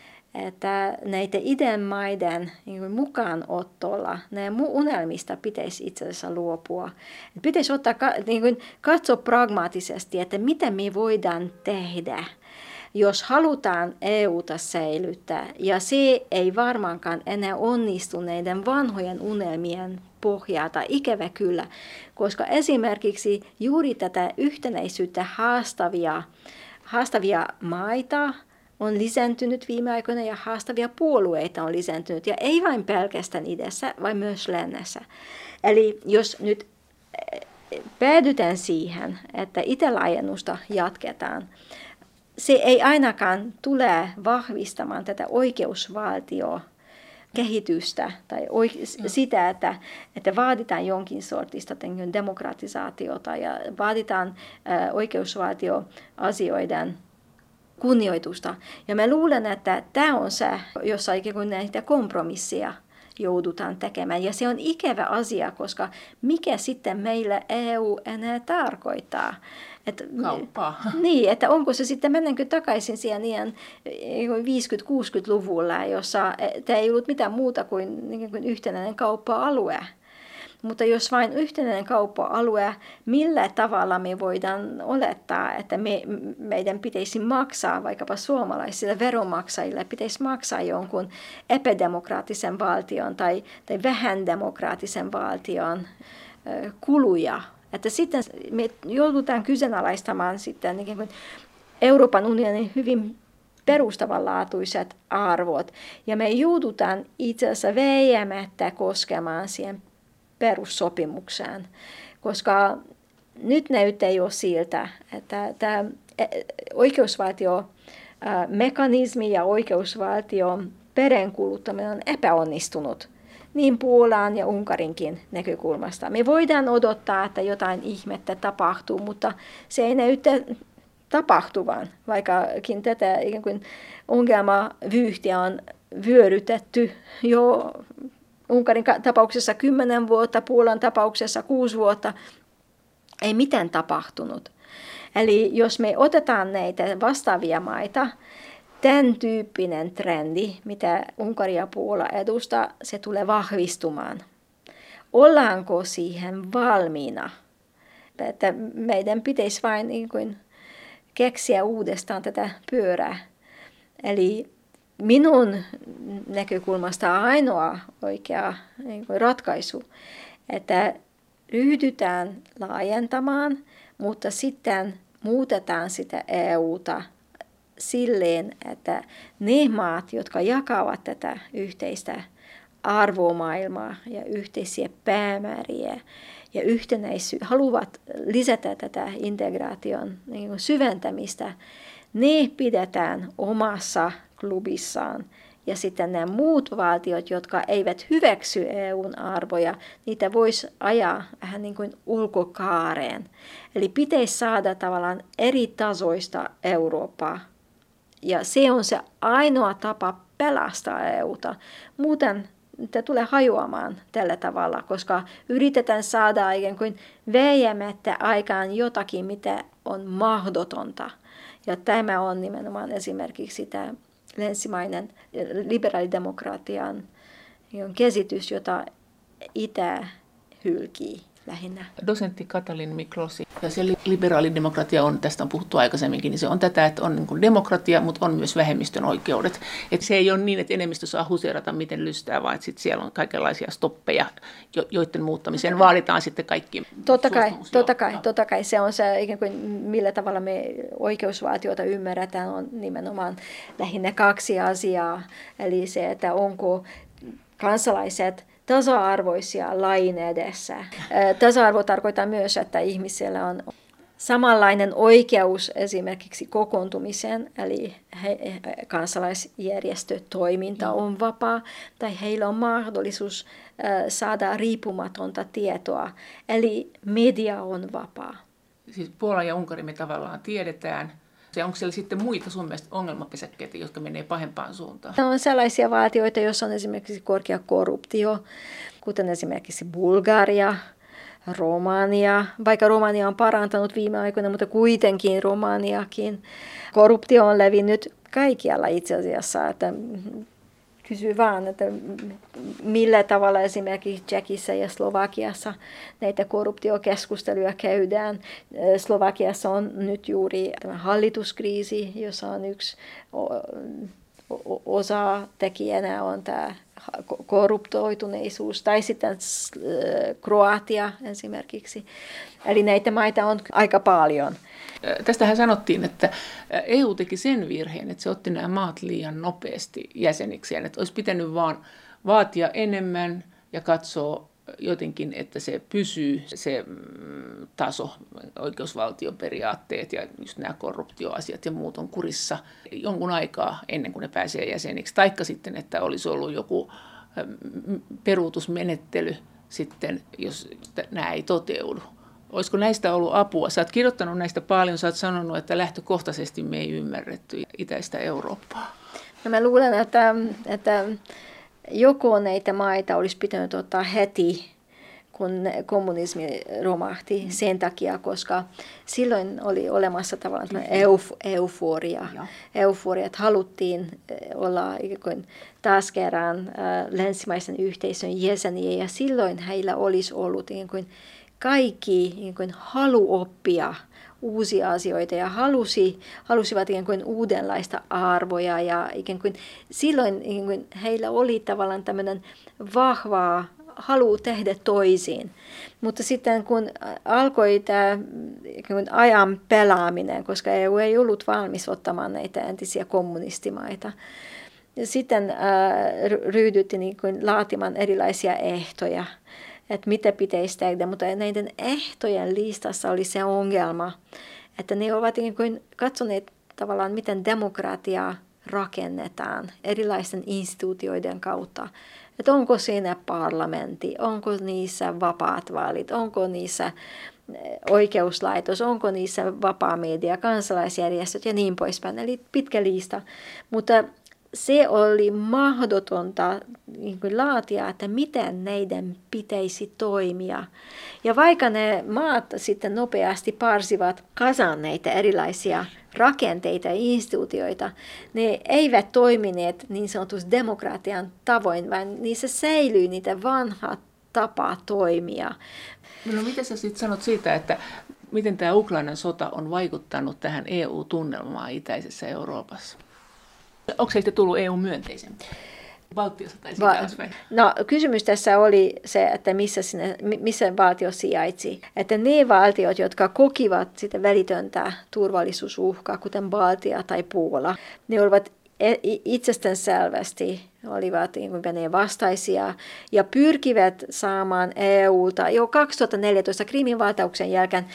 että näitä idän maiden niin mukaanottolla näiden unelmista pitäisi itse asiassa luopua. Pitäisi ottaa, niin kuin, katsoa pragmaattisesti, että mitä me voidaan tehdä, jos halutaan E U:ta säilyttää. Ja se ei varmaankaan enää onnistu näiden vanhojen unelmien pohjalta, ikävä kyllä, koska esimerkiksi juuri tätä yhtenäisyyttä haastavia, haastavia maita on lisääntynyt viime aikoina ja haastavia puolueita on lisääntynyt, ja ei vain pelkästään idässä, vaan myös lännessä. Eli jos nyt päädytään siihen, että itälaajennusta jatketaan, se ei ainakaan tule vahvistamaan tätä oikeusvaltioa, kehitystä tai sitä, että, että vaaditaan jonkin sortista demokratisaatiota ja vaaditaan ä, oikeusvaltioasioiden kunnioitusta. Ja mä luulen, että tämä on se, jossa ikään näitä kompromisseja joudutaan tekemään. Ja se on ikävä asia, koska mikä sitten meillä E U enää tarkoittaa? Että, kauppaa. Niin, että onko se sitten, mennäänkö takaisin siihen ihan viisikymmentä-kuusikymmentäluvulla, jossa tämä ei ollut mitään muuta kuin, niin kuin yhtenäinen kauppa-alue. mutta jos vain yhtenäinen kauppa-alue, millä tavalla me voidaan olettaa, että me, meidän pitäisi maksaa vaikkapa suomalaisille veronmaksajille, pitäisi maksaa jonkun epädemokraattisen valtion tai, tai vähän demokraattisen valtion kuluja. Että sitten me joudutaan kyseenalaistamaan sitten niin kuin Euroopan unionin hyvin perustavanlaatuiset arvot. Ja me joudutaan itse asiassa väijämättä koskemaan siihen perussopimukseen, koska nyt näyttää jo siltä, että tämä oikeusvaltiomekanismi ja oikeusvaltion peräänkuuluttaminen on epäonnistunut niin Puolan ja Unkarinkin näkökulmasta. Me voidaan odottaa, että jotain ihmettä tapahtuu, mutta se ei näytä tapahtuvan, vaikkakin tätä ikään kuin ongelmavyyhtiä on vyörytetty jo Unkarin tapauksessa kymmenen vuotta, Puolan tapauksessa kuusi vuotta, ei mitään tapahtunut. Eli jos me otetaan näitä vastaavia maita, tämän tyyppinen trendi, mitä Unkari ja Puola edustaa, se tulee vahvistumaan. Ollaanko siihen valmiina? Että meidän pitäisi vain niin kuin keksiä uudestaan tätä pyörää. Eli minun näkökulmasta ainoa oikea niin kuin ratkaisu, että ryhdytään laajentamaan, mutta sitten muutetaan sitä E U:ta silleen, että ne maat, jotka jakavat tätä yhteistä arvomaailmaa ja yhteisiä päämääriä ja yhtenäisyyttä, haluavat lisätä tätä integraation niin kuin syventämistä, ne pidetään omassa klubissaan. Ja sitten nämä muut valtiot, jotka eivät hyväksy E U:n arvoja, niitä voisi ajaa vähän niin kuin ulkokaareen. Eli pitäisi saada tavallaan eri tasoista Eurooppaa. Ja se on se ainoa tapa pelastaa E U:ta. Muuten tämä tulee hajoamaan tällä tavalla, koska yritetään saada ikään kuin väijämättä aikaan jotakin, mitä on mahdotonta. Ja tämä on nimenomaan esimerkiksi tämä länsimainen liberaalidemokratian käsitys, jota itä hylkii lähinnä. Dosentti Katalin Miklosi. Ja se liberaalidemokratia on, tästä on puhuttu aikaisemminkin, niin se on tätä, että on niin kuin demokratia, mutta on myös vähemmistön oikeudet. Että se ei ole niin, että enemmistö saa huseerata miten lystää, vaan että sit siellä on kaikenlaisia stoppeja, joiden muuttamiseen vaaditaan sitten kaikki. Totta kai, totta kai, totta kai. Se on se, ikään kuin, millä tavalla me oikeusvaltiota ymmärretään, on nimenomaan lähinnä kaksi asiaa. Eli se, että onko kansalaiset tasa-arvoisia lain edessä. Tasa-arvo tarkoittaa myös, että ihmisillä on samanlainen oikeus esimerkiksi kokoontumiseen, eli he, kansalaisjärjestötoiminta on vapaa, tai heillä on mahdollisuus saada riippumatonta tietoa, eli media on vapaa. Siis Puola ja Unkari me tavallaan tiedetään. Ja onko siellä sitten muita sun mielestä ongelmapesäkkeitä, jotka menee pahempaan suuntaan? On sellaisia valtioita, joissa on esimerkiksi korkea korruptio, kuten esimerkiksi Bulgaria, Romania. Vaikka Romania on parantanut viime aikoina, mutta kuitenkin Romaniakin. Korruptio on levinnyt kaikkialla itse asiassa. Että kysyy vaan, että millä tavalla esimerkiksi Tšekissä ja Slovakiassa näitä korruptiokeskusteluja käydään. Slovakiassa on nyt juuri tämä hallituskriisi, jossa on yksi osa tekijänä on tämä korruptoituneisuus, tai sitten Kroatia esimerkiksi. Eli näitä maita on aika paljon. Tästähän sanottiin, että E U teki sen virheen, että se otti nämä maat liian nopeasti jäsenikseen, että olisi pitänyt vaan vaatia enemmän ja katsoa jotenkin, että se pysyy se taso, oikeusvaltioperiaatteet ja just nämä korruptioasiat ja muut on kurissa jonkun aikaa ennen kuin ne pääsee jäseniksi. Taikka sitten, että olisi ollut joku peruutusmenettely sitten, jos nämä ei toteudu. Olisiko näistä ollut apua? Sä oot kirjoittanut näistä paljon, sä oot sanonut, että lähtökohtaisesti me ei ymmärretty itäistä Eurooppaa. No mä luulen, että, että joko näitä maita olisi pitänyt ottaa heti kun kommunismi romahti sen takia, koska silloin oli olemassa tavallaan euf- euforia. Euforia, että haluttiin olla ikään taas kerran länsimaisen yhteisön jäseniä, ja silloin heillä olisi ollut ikään kuin kaikki ikään kuin halu oppia uusia asioita ja halusi, halusivat ikään kuin uudenlaista arvoja, ja ikään kuin silloin ikään kuin heillä oli tavallaan tämmöinen vahva halu tehdä toisin. Mutta sitten kun alkoi tämä ajan pelaaminen, koska E U ei ollut valmis ottamaan näitä entisiä kommunistimaita, ja sitten äh, ryhdyttiin niin kuin laatimaan erilaisia ehtoja, että mitä pitäisi tehdä, mutta näiden ehtojen listassa oli se ongelma, että ne ovat niin kuin katsoneet tavallaan, miten demokratiaa rakennetaan erilaisten instituutioiden kautta. Että onko siinä parlamentti, onko niissä vapaat vaalit, onko niissä oikeuslaitos, onko niissä vapaa media, kansalaisjärjestöt ja niin poispäin. Eli pitkä lista, mutta se oli mahdotonta niin kuin laatia, että miten neiden pitäisi toimia. Ja vaikka ne maat sitten nopeasti parsivat kasaan näitä erilaisia rakenteita ja instituutioita, ne eivät toimineet niin sanotusti demokratian tavoin, vaan niissä säilyi niitä vanhat tapa toimia. No mitä sä sitten sanot siitä, että miten tämä Ukrainan sota on vaikuttanut tähän E U-tunnelmaan itäisessä Euroopassa? Onko heistä tullut E U-myönteisempi? Valtiossa tai Va- no, kysymys tässä oli se, että missä, sinne, missä valtio sijaitsi. Että ne valtiot, jotka kokivat sitä välitöntä turvallisuusuhkaa, kuten Baltia tai Puola, ne olivat itsestäänselvästi olivat Venäjän vastaisia ja pyrkivät saamaan E U:lta jo kaksituhattaneljätoista Krimin valtauksen jälkeen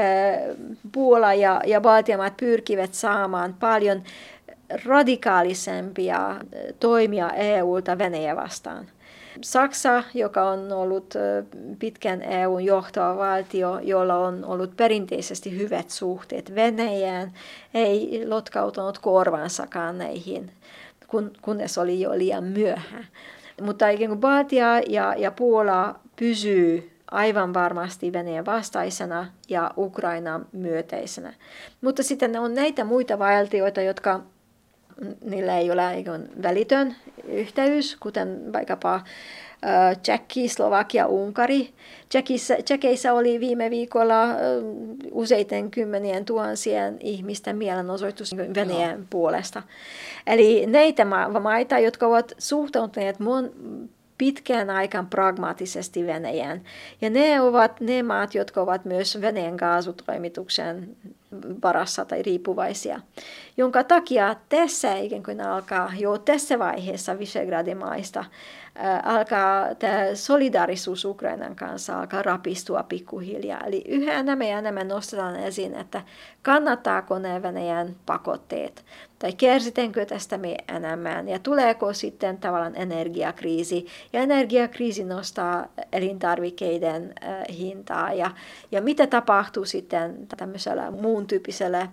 Puola ja, ja Baltiamaat pyrkivät saamaan paljon radikaalisempia toimia E U:lta Venäjää vastaan. Saksa, joka on ollut pitkän E U:n johtava valtio, jolla on ollut perinteisesti hyvät suhteet Venäjään, ei lotkautunut korvansakaan näihin, kun, kunnes oli jo liian myöhään. Mutta ikään kuin Baltia ja, ja Puola pysyy aivan varmasti Venäjän vastaisena ja Ukrainan myöteisenä. Mutta sitten on näitä muita valtioita, jotka niillä ei ole välitön yhteys, kuten vaikkapa Tšekki, Slovakia, Unkari. Tšekeissä oli viime viikolla useiden kymmenien tuhansien ihmisten mielenosoitus Venäjän no. puolesta. Eli näitä maita, jotka ovat suhtautuneet mon pitkään aikaan pragmaattisesti Venäjään. Ja ne ovat ne maat, jotka ovat myös Venäjän kaasutoimituksen varassa tai riippuvaisia, jonka takia tässä ikään kuin alkaa jo tässä vaiheessa Visegrádin maista alkaa tämä solidaarisuus Ukrainan kanssa alkaa rapistua pikkuhiljaa. Eli yhä enemmän ja enemmän nostetaan esiin, että kannattaako ne Venäjän pakotteet tai kärsitäänkö tästä me enemmän ja tuleeko sitten tavallaan energiakriisi. Ja energiakriisi nostaa elintarvikkeiden hintaa ja, ja mitä tapahtuu sitten tämmöisellä muun tyyppisellä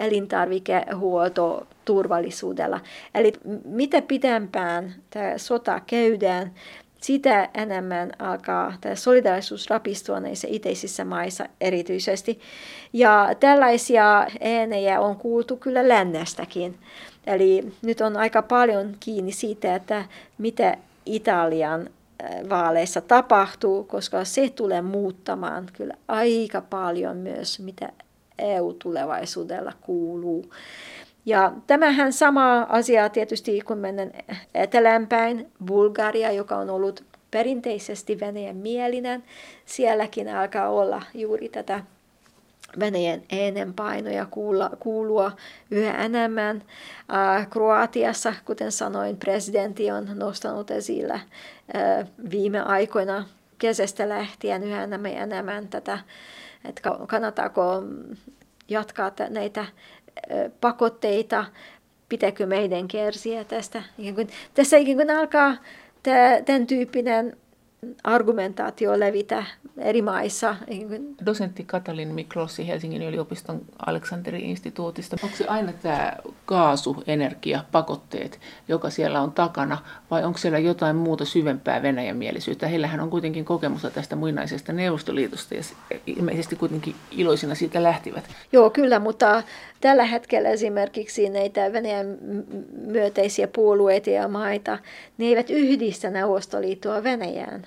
elintarvikehuoltoturvallisuudella. Eli mitä pidempään tämä sota käydään, sitä enemmän alkaa tämä solidaarisuus rapistua näissä itäisissä maissa erityisesti. Ja tällaisia äänejä on kuultu kyllä lännestäkin. Eli nyt on aika paljon kiinni siitä, että mitä Italian vaaleissa tapahtuu, koska se tulee muuttamaan kyllä aika paljon myös, mitä E U-tulevaisuudella kuuluu. Ja tämähän sama asia tietysti, kun mennään eteläänpäin, Bulgaria, joka on ollut perinteisesti Venäjän mielinen, sielläkin alkaa olla juuri tätä Venäjän äänenpainoja kuulua yhä enemmän. Kroatiassa, kuten sanoin, presidentti on nostanut esille viime aikoina kesästä lähtien yhä enemmän ja enemmän tätä, että kannattaako jatkaa näitä pakotteita, pitääkö meidän kärsiä tästä. Tässä ikään kuin alkaa tämän tyyppinen argumentaatio levitä eri maissa. Dosentti Katalin Miklossi Helsingin yliopiston Aleksanteri-instituutista. Onko se aina tämä kaasu, energia, pakotteet, joka siellä on takana, vai onko siellä jotain muuta syvempää Venäjän mielisyyttä? Heillähän on kuitenkin kokemusta tästä muinaisesta Neuvostoliitosta ja ilmeisesti kuitenkin iloisina siitä lähtivät. Joo, kyllä, mutta tällä hetkellä esimerkiksi näitä Venäjän myönteisiä puolueita ja maita, ne eivät yhdistä Neuvostoliittoa Venäjään.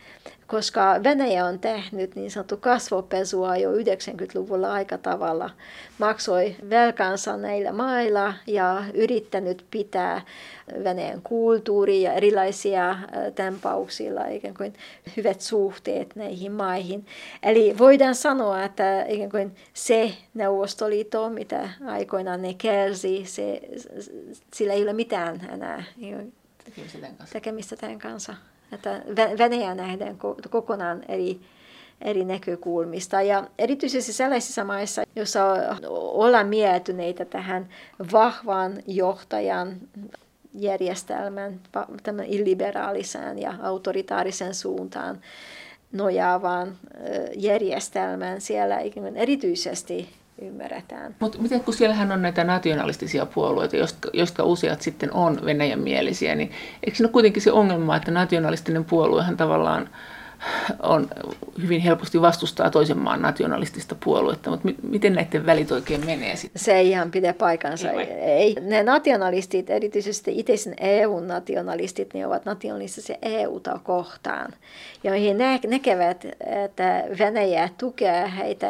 Koska Venäjä on tehnyt niin sanottu kasvopesua jo yhdeksänkymmentäluvulla aika tavalla, maksoi velkansa näillä mailla ja yrittänyt pitää Venäjän kulttuuria ja erilaisia tempauksilla ikään kuin hyvät suhteet näihin maihin. Eli voidaan sanoa, että ikään kuin se Neuvostoliitto, mitä aikoinaan ne kärsi, se, sillä ei ole mitään enää tekemistä tämän kanssa. Että Venäjä nähdään kokonaan eri, eri näkökulmista. Ja erityisesti sellaisissa maissa, joissa ollaan miettyneitä tähän vahvan johtajan järjestelmän, tämän illiberaaliseen ja autoritaarisen suuntaan nojaavaan järjestelmään, siellä erityisesti ymmärretään. Mutta miten kun siellähän on näitä nationalistisia puolueita, jotka, jotka useat sitten on Venäjän mielisiä, niin eikö siinä ole kuitenkin se ongelma, että nationalistinen puoluehan tavallaan on hyvin helposti vastustaa toisen maan nationalistista puoluetta, mutta miten näiden välit oikein menee sitten? Se ei ihan pidä paikansa. Ei, ei. Ne nationalistit, erityisesti itse E U-nationalistit, ne ovat nationalistisia E U:ta kohtaan. Ja he näkevät, että Venäjä tukee heitä,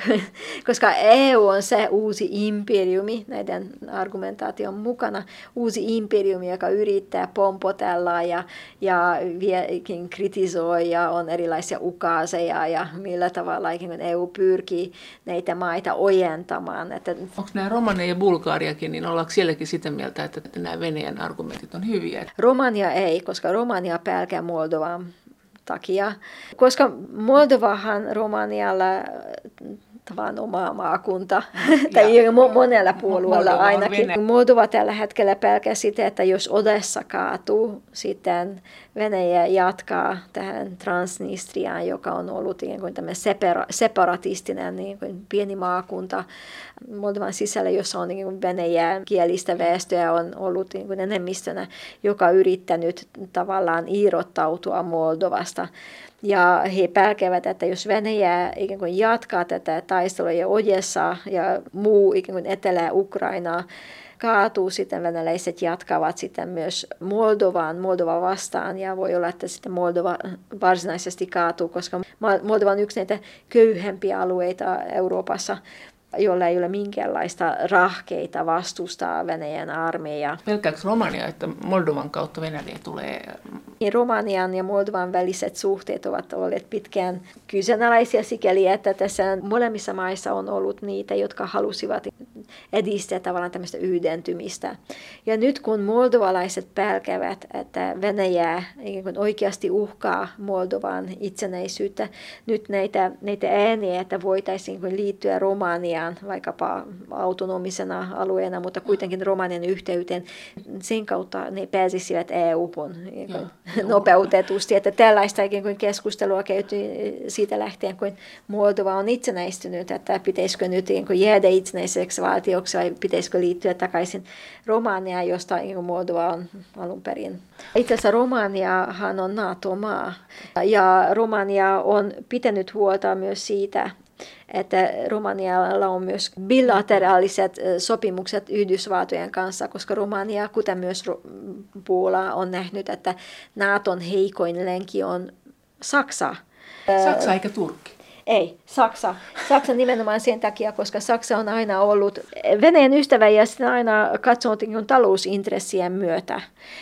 koska E U on se uusi imperiumi, näiden argumentaation mukana, uusi imperiumi, joka yrittää pompotella ja, ja vieläkin kritisoi ja on erilaisia ukaaseja ja millä tavalla E U pyrkii näitä maita ojentamaan. Että onko nämä Romania ja Bulgariakin, niin ollaanko sielläkin sitä mieltä, että nämä Venäjän argumentit on hyviä? Romania ei, koska Romania pelkää Moldovan takia. Koska Moldovahan Romanialla tavallaan oma maakunta, tai ja, monella puolueella Moldova ainakin. Moldova tällä hetkellä pelkää sitä, että jos Odessa kaatuu, sitten Venäjä jatkaa tähän Transnistriaan, joka on ollut niin kuin separa- separatistinen niin kuin pieni maakunta Moldovan sisällä, jossa on niin kuin venäjän kielistä väestöä on ollut niin kuin enemmistönä, joka on yrittänyt tavallaan irrottautua Moldovasta. Ja he pelkäävät, että jos Venäjä ikään kuin jatkaa tätä taistelua ja Odessa ja muu ikään kuin Etelä-Ukraina kaatuu, sitten venäläiset jatkavat sitten myös Moldovaan, Moldova vastaan ja voi olla, että sitten Moldova varsinaisesti kaatuu, koska Moldova on yksi näitä köyhempiä alueita Euroopassa, jolla ei ole minkäänlaista rahkeita vastustaa Venäjän armeijaa. Pelkääkö Romania, että Moldovan kautta Venäjä tulee? Romanian ja Moldovan väliset suhteet ovat olleet pitkään kyseenalaisia sikäli, että tässä molemmissa maissa on ollut niitä, jotka halusivat edistää tavallaan tämmöistä yhdentymistä. Ja nyt kun moldovalaiset pelkävät, että Venäjä oikeasti uhkaa Moldovan itsenäisyyttä, nyt näitä, näitä ääniä, että voitaisiin liittyä Romaniaan vaikkapa autonomisena alueena, mutta kuitenkin Romanian yhteyteen, sen kautta ne pääsisivät E U-hun nopeutetusti. Että tällaista keskustelua käytiin siitä lähtien, kun Moldova on itsenäistynyt, että pitäisikö nyt jäädä itsenäiseksi valtioksi vai pitäisikö liittyä takaisin Romaniaan, josta Moldova on alun perin. Itse asiassa Romaniahan on NATO-maa ja Romania on pitänyt huolta myös siitä, että Romanialla on myös bilateraaliset sopimukset Yhdysvaltojen kanssa, koska Romania, kuten myös Puola, on nähnyt, että NATOn heikoin lenki on Saksa. Saksa eikä Turkki. Ei, Saksa. Saksa nimenomaan sen takia, koska Saksa on aina ollut Venäjän ystävä ja sitten aina katsonut talousintressien myötä.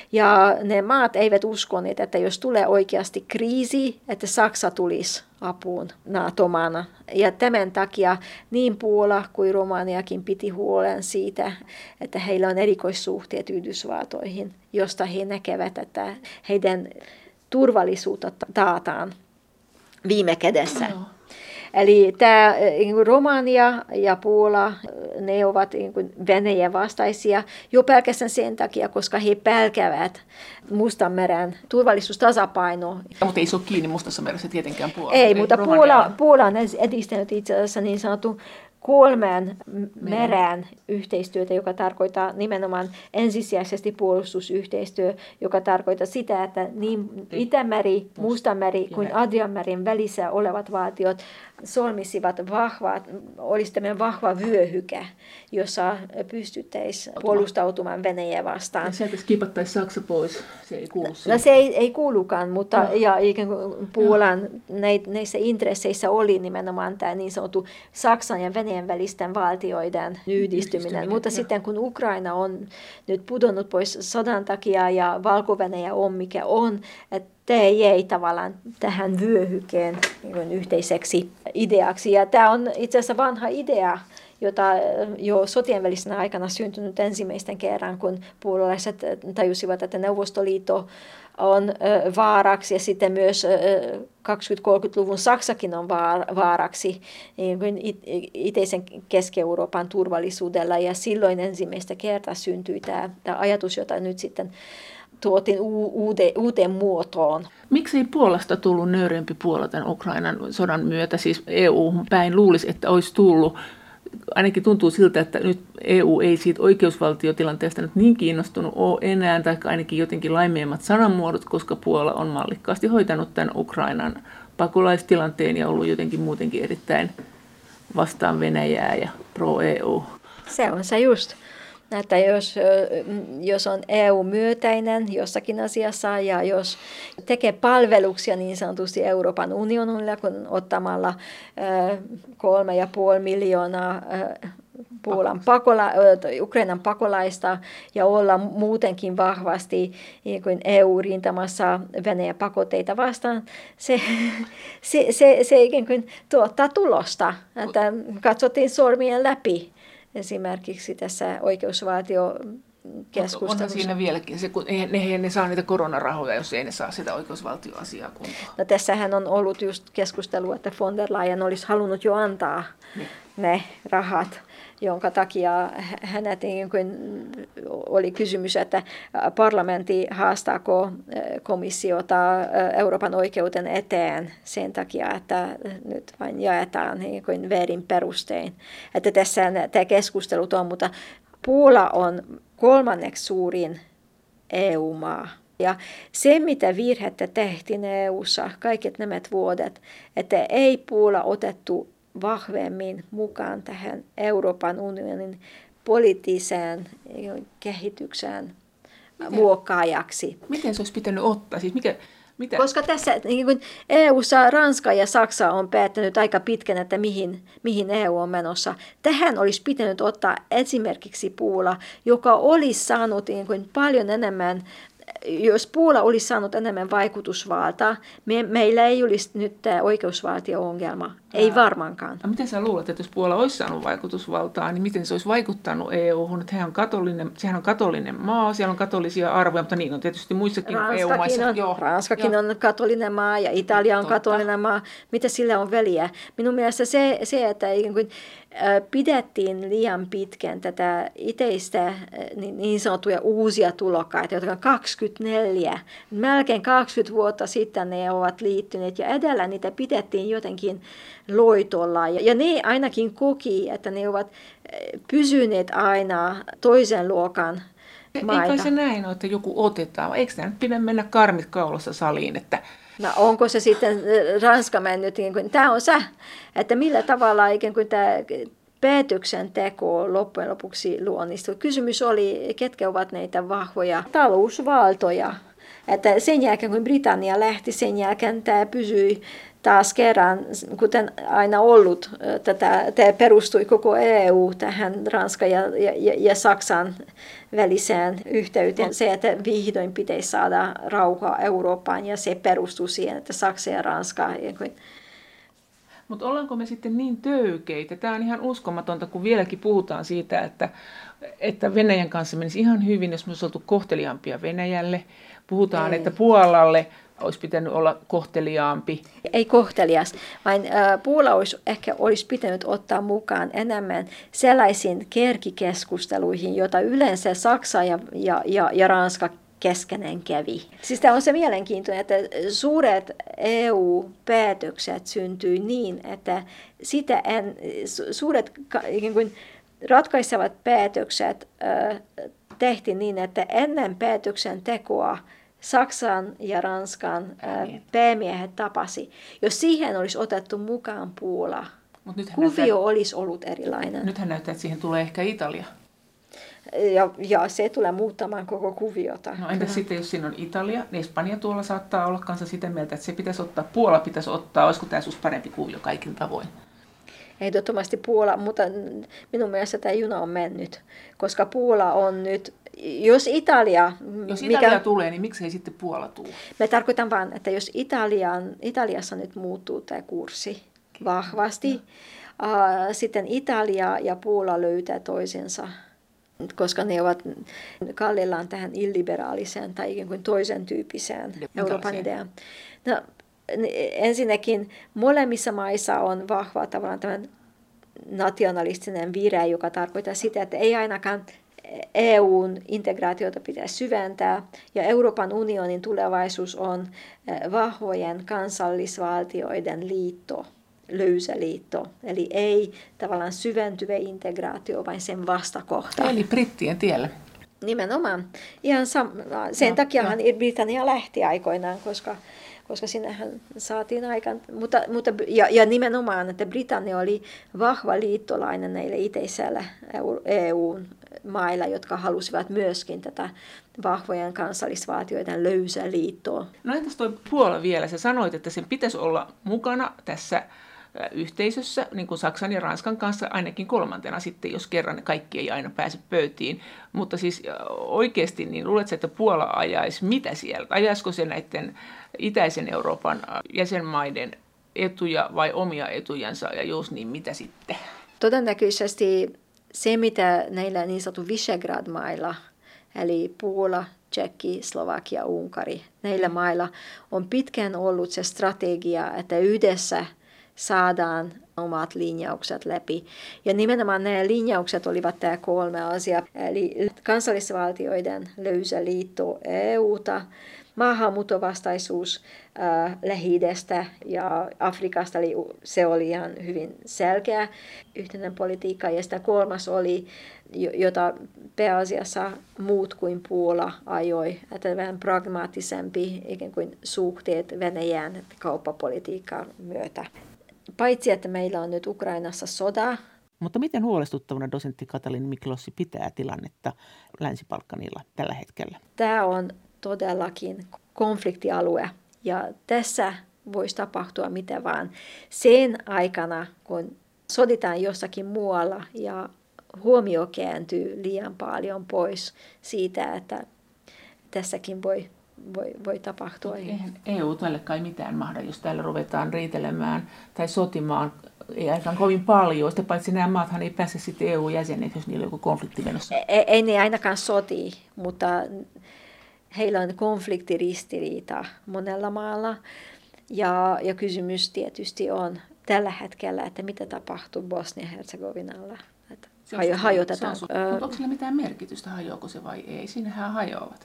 Ja ne maat eivät uskoneet, että jos tulee oikeasti kriisi, että Saksa tulisi apuun NATO-maana. Ja tämän takia niin Puola kuin Romaniakin piti huolen siitä, että heillä on erikoissuhteet Yhdysvaltoihin, josta he näkevät, että heidän turvallisuutta taataan viime kädessä. No. Eli tämä Romania ja Puola, ne ovat Venäjän vastaisia jo pelkästään sen takia, koska he pelkävät Mustanmeren turvallisuustasapainoa. Mutta ei se ole kiinni Mustassa meressä tietenkään Puola. Ei, ei mutta Puola, Puola on edistänyt itse asiassa niin sanottu kolmen meren yhteistyötä, joka tarkoittaa nimenomaan ensisijaisesti puolustusyhteistyö, joka tarkoittaa sitä, että niin Itämeri, Mustanmeri kuin Adrianmeren välissä olevat valtiot solmisivat vahvat, olisi tämmöinen vahva vyöhyke, jossa pystyttäisiin puolustautumaan Venäjää vastaan. Ja sieltä skipattaisiin Saksa pois, se ei kuulu siihen. No se ei, ei kuulukaan, mutta no. ja ikään kuin Puolan näissä intresseissä oli nimenomaan tämä niin sanottu Saksan ja Venäjän välisten valtioiden yhdistyminen. yhdistyminen mutta no. sitten kun Ukraina on nyt pudonnut pois sodan takia ja Valko-Venäjä on mikä on, että tämä jäi tavallaan tähän vyöhykeen niin yhteiseksi ideaksi. Ja tämä on itse asiassa vanha idea, jota jo sotien välisenä aikana syntynyt ensimmäisten kerran, kun puolalaiset tajusivat, että Neuvostoliitto on vaaraksi ja sitten myös kaksikymmentä-kolmekymmentäluvun Saksakin on vaaraksi itäisen Keski-Euroopan turvallisuudella. Ja silloin ensimmäistä kertaa syntyi tämä, tämä ajatus, jota nyt sitten tuotiin uuteen, uuteen muotoon. Miksi ei Puolasta tullut nöyrempi Puola tämän Ukrainan sodan myötä, siis E U-hun päin luulisi, että olisi tullut? Ainakin tuntuu siltä, että nyt E U ei siitä oikeusvaltiotilanteesta nyt niin kiinnostunut ole enää, tai ainakin jotenkin laimeimmat sanamuodot, koska Puola on mallikkaasti hoitanut tämän Ukrainan pakolaistilanteen ja ollut jotenkin muutenkin erittäin vastaan Venäjää ja pro-E U. Se on se just. Että jos, jos on E U-myötäinen jossakin asiassa ja jos tekee palveluksia niin sanotusti Euroopan unionilla, kun ottamalla kolme ja puoli miljoonaa Puolan pakola, Ukrainan pakolaista ja olla muutenkin vahvasti niin kuin E U-rintamassa Venäjän pakotteita vastaan, se, se, se, se ikään kuin tuottaa tulosta, että katsottiin sormien läpi. Esimerkiksi tässä oikeusvaltiokeskustelussa. Onhan siinä vieläkin se, kun ne, ne, ne saa niitä koronarahoja, jos ei ne saa sitä oikeusvaltioasiaa kuntoon. No tässähän on ollut just keskustelua, että von der Leyen olisi halunnut jo antaa ne, ne rahat, jonka takia hänet niin kuin oli kysymys, että parlamentti haastaako komissiota Euroopan oikeuden eteen sen takia, että nyt vain jaetaan niin kuin väärin perustein. Että tässä tämä keskustelut on, mutta Puola on kolmanneksi suurin E U-maa. Ja se, mitä virhettä tehtiin E U:ssa kaiket nämä vuodet, että ei Puola otettu vahvemmin mukaan tähän Euroopan unionin poliittiseen kehitykseen muokkaajaksi. Miten se olisi pitänyt ottaa? Siis mikä, mitä? Koska tässä niin kuin E U:ssa Ranska ja Saksa on päättänyt aika pitkän, että mihin, mihin E U on menossa. Tähän olisi pitänyt ottaa esimerkiksi Puola, joka olisi saanut niin kuin paljon enemmän. Jos Puola olisi saanut enemmän vaikutusvaltaa, me, meillä ei olisi nyt tämä oikeusvaltio-ongelma. Ei varmaankaan. Ja miten sä luulet, että jos Puola olisi saanut vaikutusvaltaa, niin miten se olisi vaikuttanut E U-hun? Että sehän on katolinen, sehän on katolinen maa, siellä on katolisia arvoja, mutta niin on tietysti muissakin Ranskakin E U-maissa. On, Joo, Ranskakin jo. on katolinen maa ja Italia on Totta. katolinen maa. Mitä sillä on väliä? Minun mielestä se, se että ikään pidettiin liian pitkän tätä itseistä niin, niin sanottuja uusia tulokkaita, jotka on kaksikymmentäneljä. Melkein kaksikymmentä vuotta sitten ne ovat liittyneet ja edellä niitä pidettiin jotenkin loitolla. Ja, ja ne ainakin koki, että ne ovat pysyneet aina toisen luokan maita. Eikö se näin ole, että joku otetaan? Eikö tämä nyt pidä mennä karmit kaulassa saliin, että no onko se sitten Ranska mennyt, niin kuin, tämä on se, että millä tavalla ikään kuin tämä päätöksenteko loppujen lopuksi luonnistuu. Kysymys oli, ketkä ovat näitä vahvoja talousvaltoja. Että sen jälkeen, kun Britannia lähti, sen jälkeen tämä pysyi taas kerran, kuten aina ollut, tätä, tämä perustui koko E U tähän Ranskan ja, ja, ja Saksan väliseen yhteyteen. Se, että vihdoin pitäisi saada rauhaa Eurooppaan ja se perustuu siihen, että Saksa ja Ranska. Mutta ollaanko me sitten niin töykeitä? Tämä on ihan uskomatonta, kun vieläkin puhutaan siitä, että, että Venäjän kanssa menisi ihan hyvin, jos me olisi oltu kohteliaampia Venäjälle. Puhutaan, Ei. että Puolalle olisi pitänyt olla kohteliaampi. Ei kohtelias, vaan Puola olisi ehkä olisi pitänyt ottaa mukaan enemmän sellaisiin kärkikeskusteluihin, joita yleensä Saksa ja, ja, ja, ja Ranska keskenään kävi. Siis tämä on se mielenkiintoinen, että suuret E U-päätökset syntyi niin, että sitä en, suuret ikään kuin ratkaisevat päätökset äh, tehtiin niin, että ennen päätöksentekoa Saksan ja Ranskan äh, päämiehet tapasi. Jos siihen olisi otettu mukaan Puola, kuvio näyttää, olisi ollut erilainen. Nythän näyttää, että siihen tulee ehkä Italia. Ja, ja se tulee muuttamaan koko kuviota. No entäs sitten, jos siinä on Italia, niin Espanja tuolla saattaa olla kanssa sitä mieltä, että se pitäisi ottaa, Puola pitäisi ottaa. Olisiko tämä sinusta parempi kuvio kaikin tavoin? Ehdottomasti Puola, mutta minun mielestä tämä juna on mennyt, koska Puola on nyt, jos Italia... Jos Italia mikä, tulee, niin miksei sitten Puola tule? Me tarkoitan vain, että jos Italian, Italiassa nyt muuttuu tämä kurssi vahvasti, no. uh, sitten Italia ja Puola löytää toisensa, koska ne ovat kallellaan tähän illiberaaliseen tai ikään kuin toisen tyyppiseen Euroopan ideaan. No, ensinnäkin molemmissa maissa on vahva tavallaan tämän nationalistinen vire, joka tarkoittaa sitä, että ei ainakaan E U:n integraatiota pitäisi syventää, ja Euroopan unionin tulevaisuus on vahvojen kansallisvaltioiden liitto, löysä liitto, eli ei tavallaan syventyvä integraatio, vaan sen vastakohta. Eli brittien tiellä. Nimenomaan. Ihan sam- sen no, takiahan no. Britannia lähti aikoinaan, koska koska sinnehän saatiin aikaan, mutta, mutta ja, ja nimenomaan, että Britannia oli vahva liittolainen näille itäisellä E U-mailla, jotka halusivat myöskin tätä vahvojen kansallisvaltioiden löysää liittoa. No entäs toi Puola vielä? Sä sanoit, että sen pitäisi olla mukana tässä yhteisössä, niin kuin Saksan ja Ranskan kanssa, ainakin kolmantena sitten, jos kerran kaikki ei aina pääse pöytiin. Mutta siis oikeasti, niin luuletko, että Puola ajaisi mitä sieltä? Ajaisiko se näiden itäisen Euroopan jäsenmaiden etuja vai omia etujansa, ja jos niin, mitä sitten? Todennäköisesti se, mitä näillä niin sanottu Visegrad-mailla, eli Puola, Tsekki, Slovakia, Unkari, näillä mailla on pitkään ollut se strategia, että yhdessä saadaan omat linjaukset läpi. Ja nimenomaan nämä linjaukset olivat tämä kolme asiaa, eli kansallisvaltioiden löysä liitto E U:ta, maahanmuuttovastaisuus äh, Lähi-idästä ja Afrikasta, eli se oli ihan hyvin selkeä yhteinen politiikka. Ja sitä kolmas oli, jota pääasiassa muut kuin Puola ajoi, että vähän pragmaattisempi ikään kuin suhteet Venäjän kauppapolitiikan myötä. Paitsi, että meillä on nyt Ukrainassa sota. Mutta miten huolestuttavana dosentti Katalin Miklossi pitää tilannetta Länsi-Balkanilla tällä hetkellä? Tämä on todellakin konfliktialue, ja tässä voisi tapahtua mitä vaan. Sen aikana, kun soditaan jossakin muualla ja huomio kääntyy liian paljon pois siitä, että tässäkin voi Voi, voi tapahtua. Eihän E U tälle kai mitään mahda, jos täällä ruvetaan riitelemään tai sotimaan. Ei ainakaan kovin paljon. Sitä paitsi nämä maathan ei pääse sitten E U-jäsenet, jos niillä on joku konflikti menossa. Ei, ei ne ainakaan soti, mutta heillä on konfliktiristiriita monella maalla. Ja, ja kysymys tietysti on tällä hetkellä, että mitä tapahtuu Bosnia-Herzegovinalla. Hajo, hajotetaan. Mutta onko sillä mitään merkitystä, hajoako se vai ei? Siinähän hajoavat.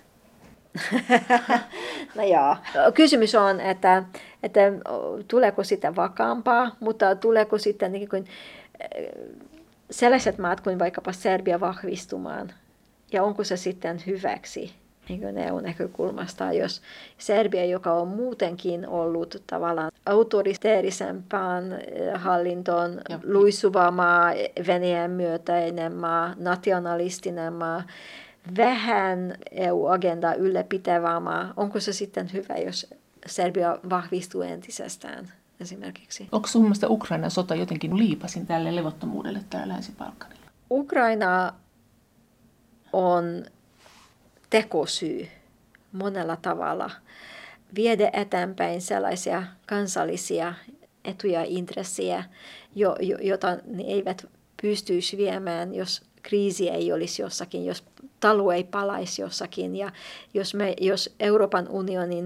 No joo. Kysymys on, että, että tuleeko sitä vakaampaa, mutta tuleeko sitten niin kuin sellaiset maat kuin vaikkapa Serbia vahvistumaan, ja onko se sitten hyväksi niin kuin E U:n näkökulmasta, jos Serbia, joka on muutenkin ollut tavallaan autoriteerisempaan hallintoon ja luisuva maa, Venäjän myötäinen maa, nationalistinen maa, vähän E U-agendaa ylläpitävää maa. Onko se sitten hyvä, jos Serbia vahvistuu entisestään esimerkiksi? Onko sun mielestä Ukrainan sota jotenkin liipasin tälle levottomuudelle täällä Länsi-Balkanilla? Ukraina on tekosyy monella tavalla viedä eteenpäin sellaisia kansallisia etuja ja intressejä, jo, jo, jota ne eivät pystyisi viemään, jos kriisi ei olisi jossakin, jos talu ei palaisi jossakin, ja jos, me, jos Euroopan unionin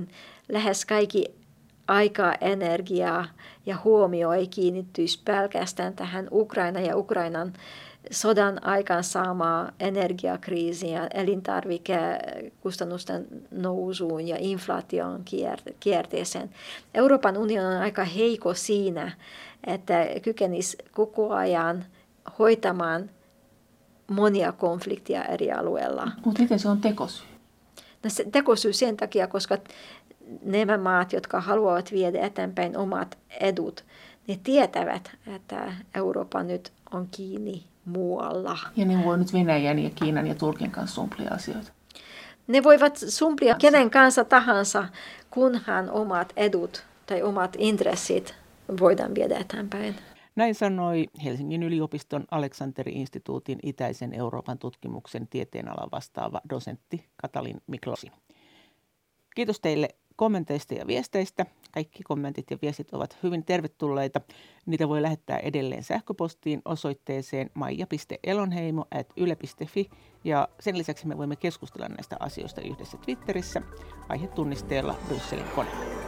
lähes kaikki aikaa, energiaa ja huomio ei kiinnittyisi pelkästään tähän Ukraina ja Ukrainan sodan aikaan saamaa energiakriisiin ja elintarvikekustannusten nousuun ja inflaation kierteeseen. Euroopan unioni on aika heikko siinä, että kykenisi koko ajan hoitamaan monia konflikteja eri alueilla. Mutta miten se on tekosyy? No se tekosyy sen takia, koska nämä maat, jotka haluavat viedä eteenpäin omat edut, ne tietävät, että Eurooppa nyt on kiinni muualla. Ja ne voi nyt Venäjän ja Kiinan ja Turkin kanssa sumplia asioita. Ne voivat sumplia kenen kanssa tahansa, kunhan omat edut tai omat intressit voidaan viedä eteenpäin. Näin sanoi Helsingin yliopiston Aleksanteri-instituutin itäisen Euroopan tutkimuksen tieteenalan vastaava dosentti Katalin Miklosi. Kiitos teille kommenteista ja viesteistä. Kaikki kommentit ja viestit ovat hyvin tervetulleita. Niitä voi lähettää edelleen sähköpostiin osoitteeseen maija piste elonheimo ät yle piste fi ja sen lisäksi me voimme keskustella näistä asioista yhdessä Twitterissä aihetunnisteella Brysselin kone.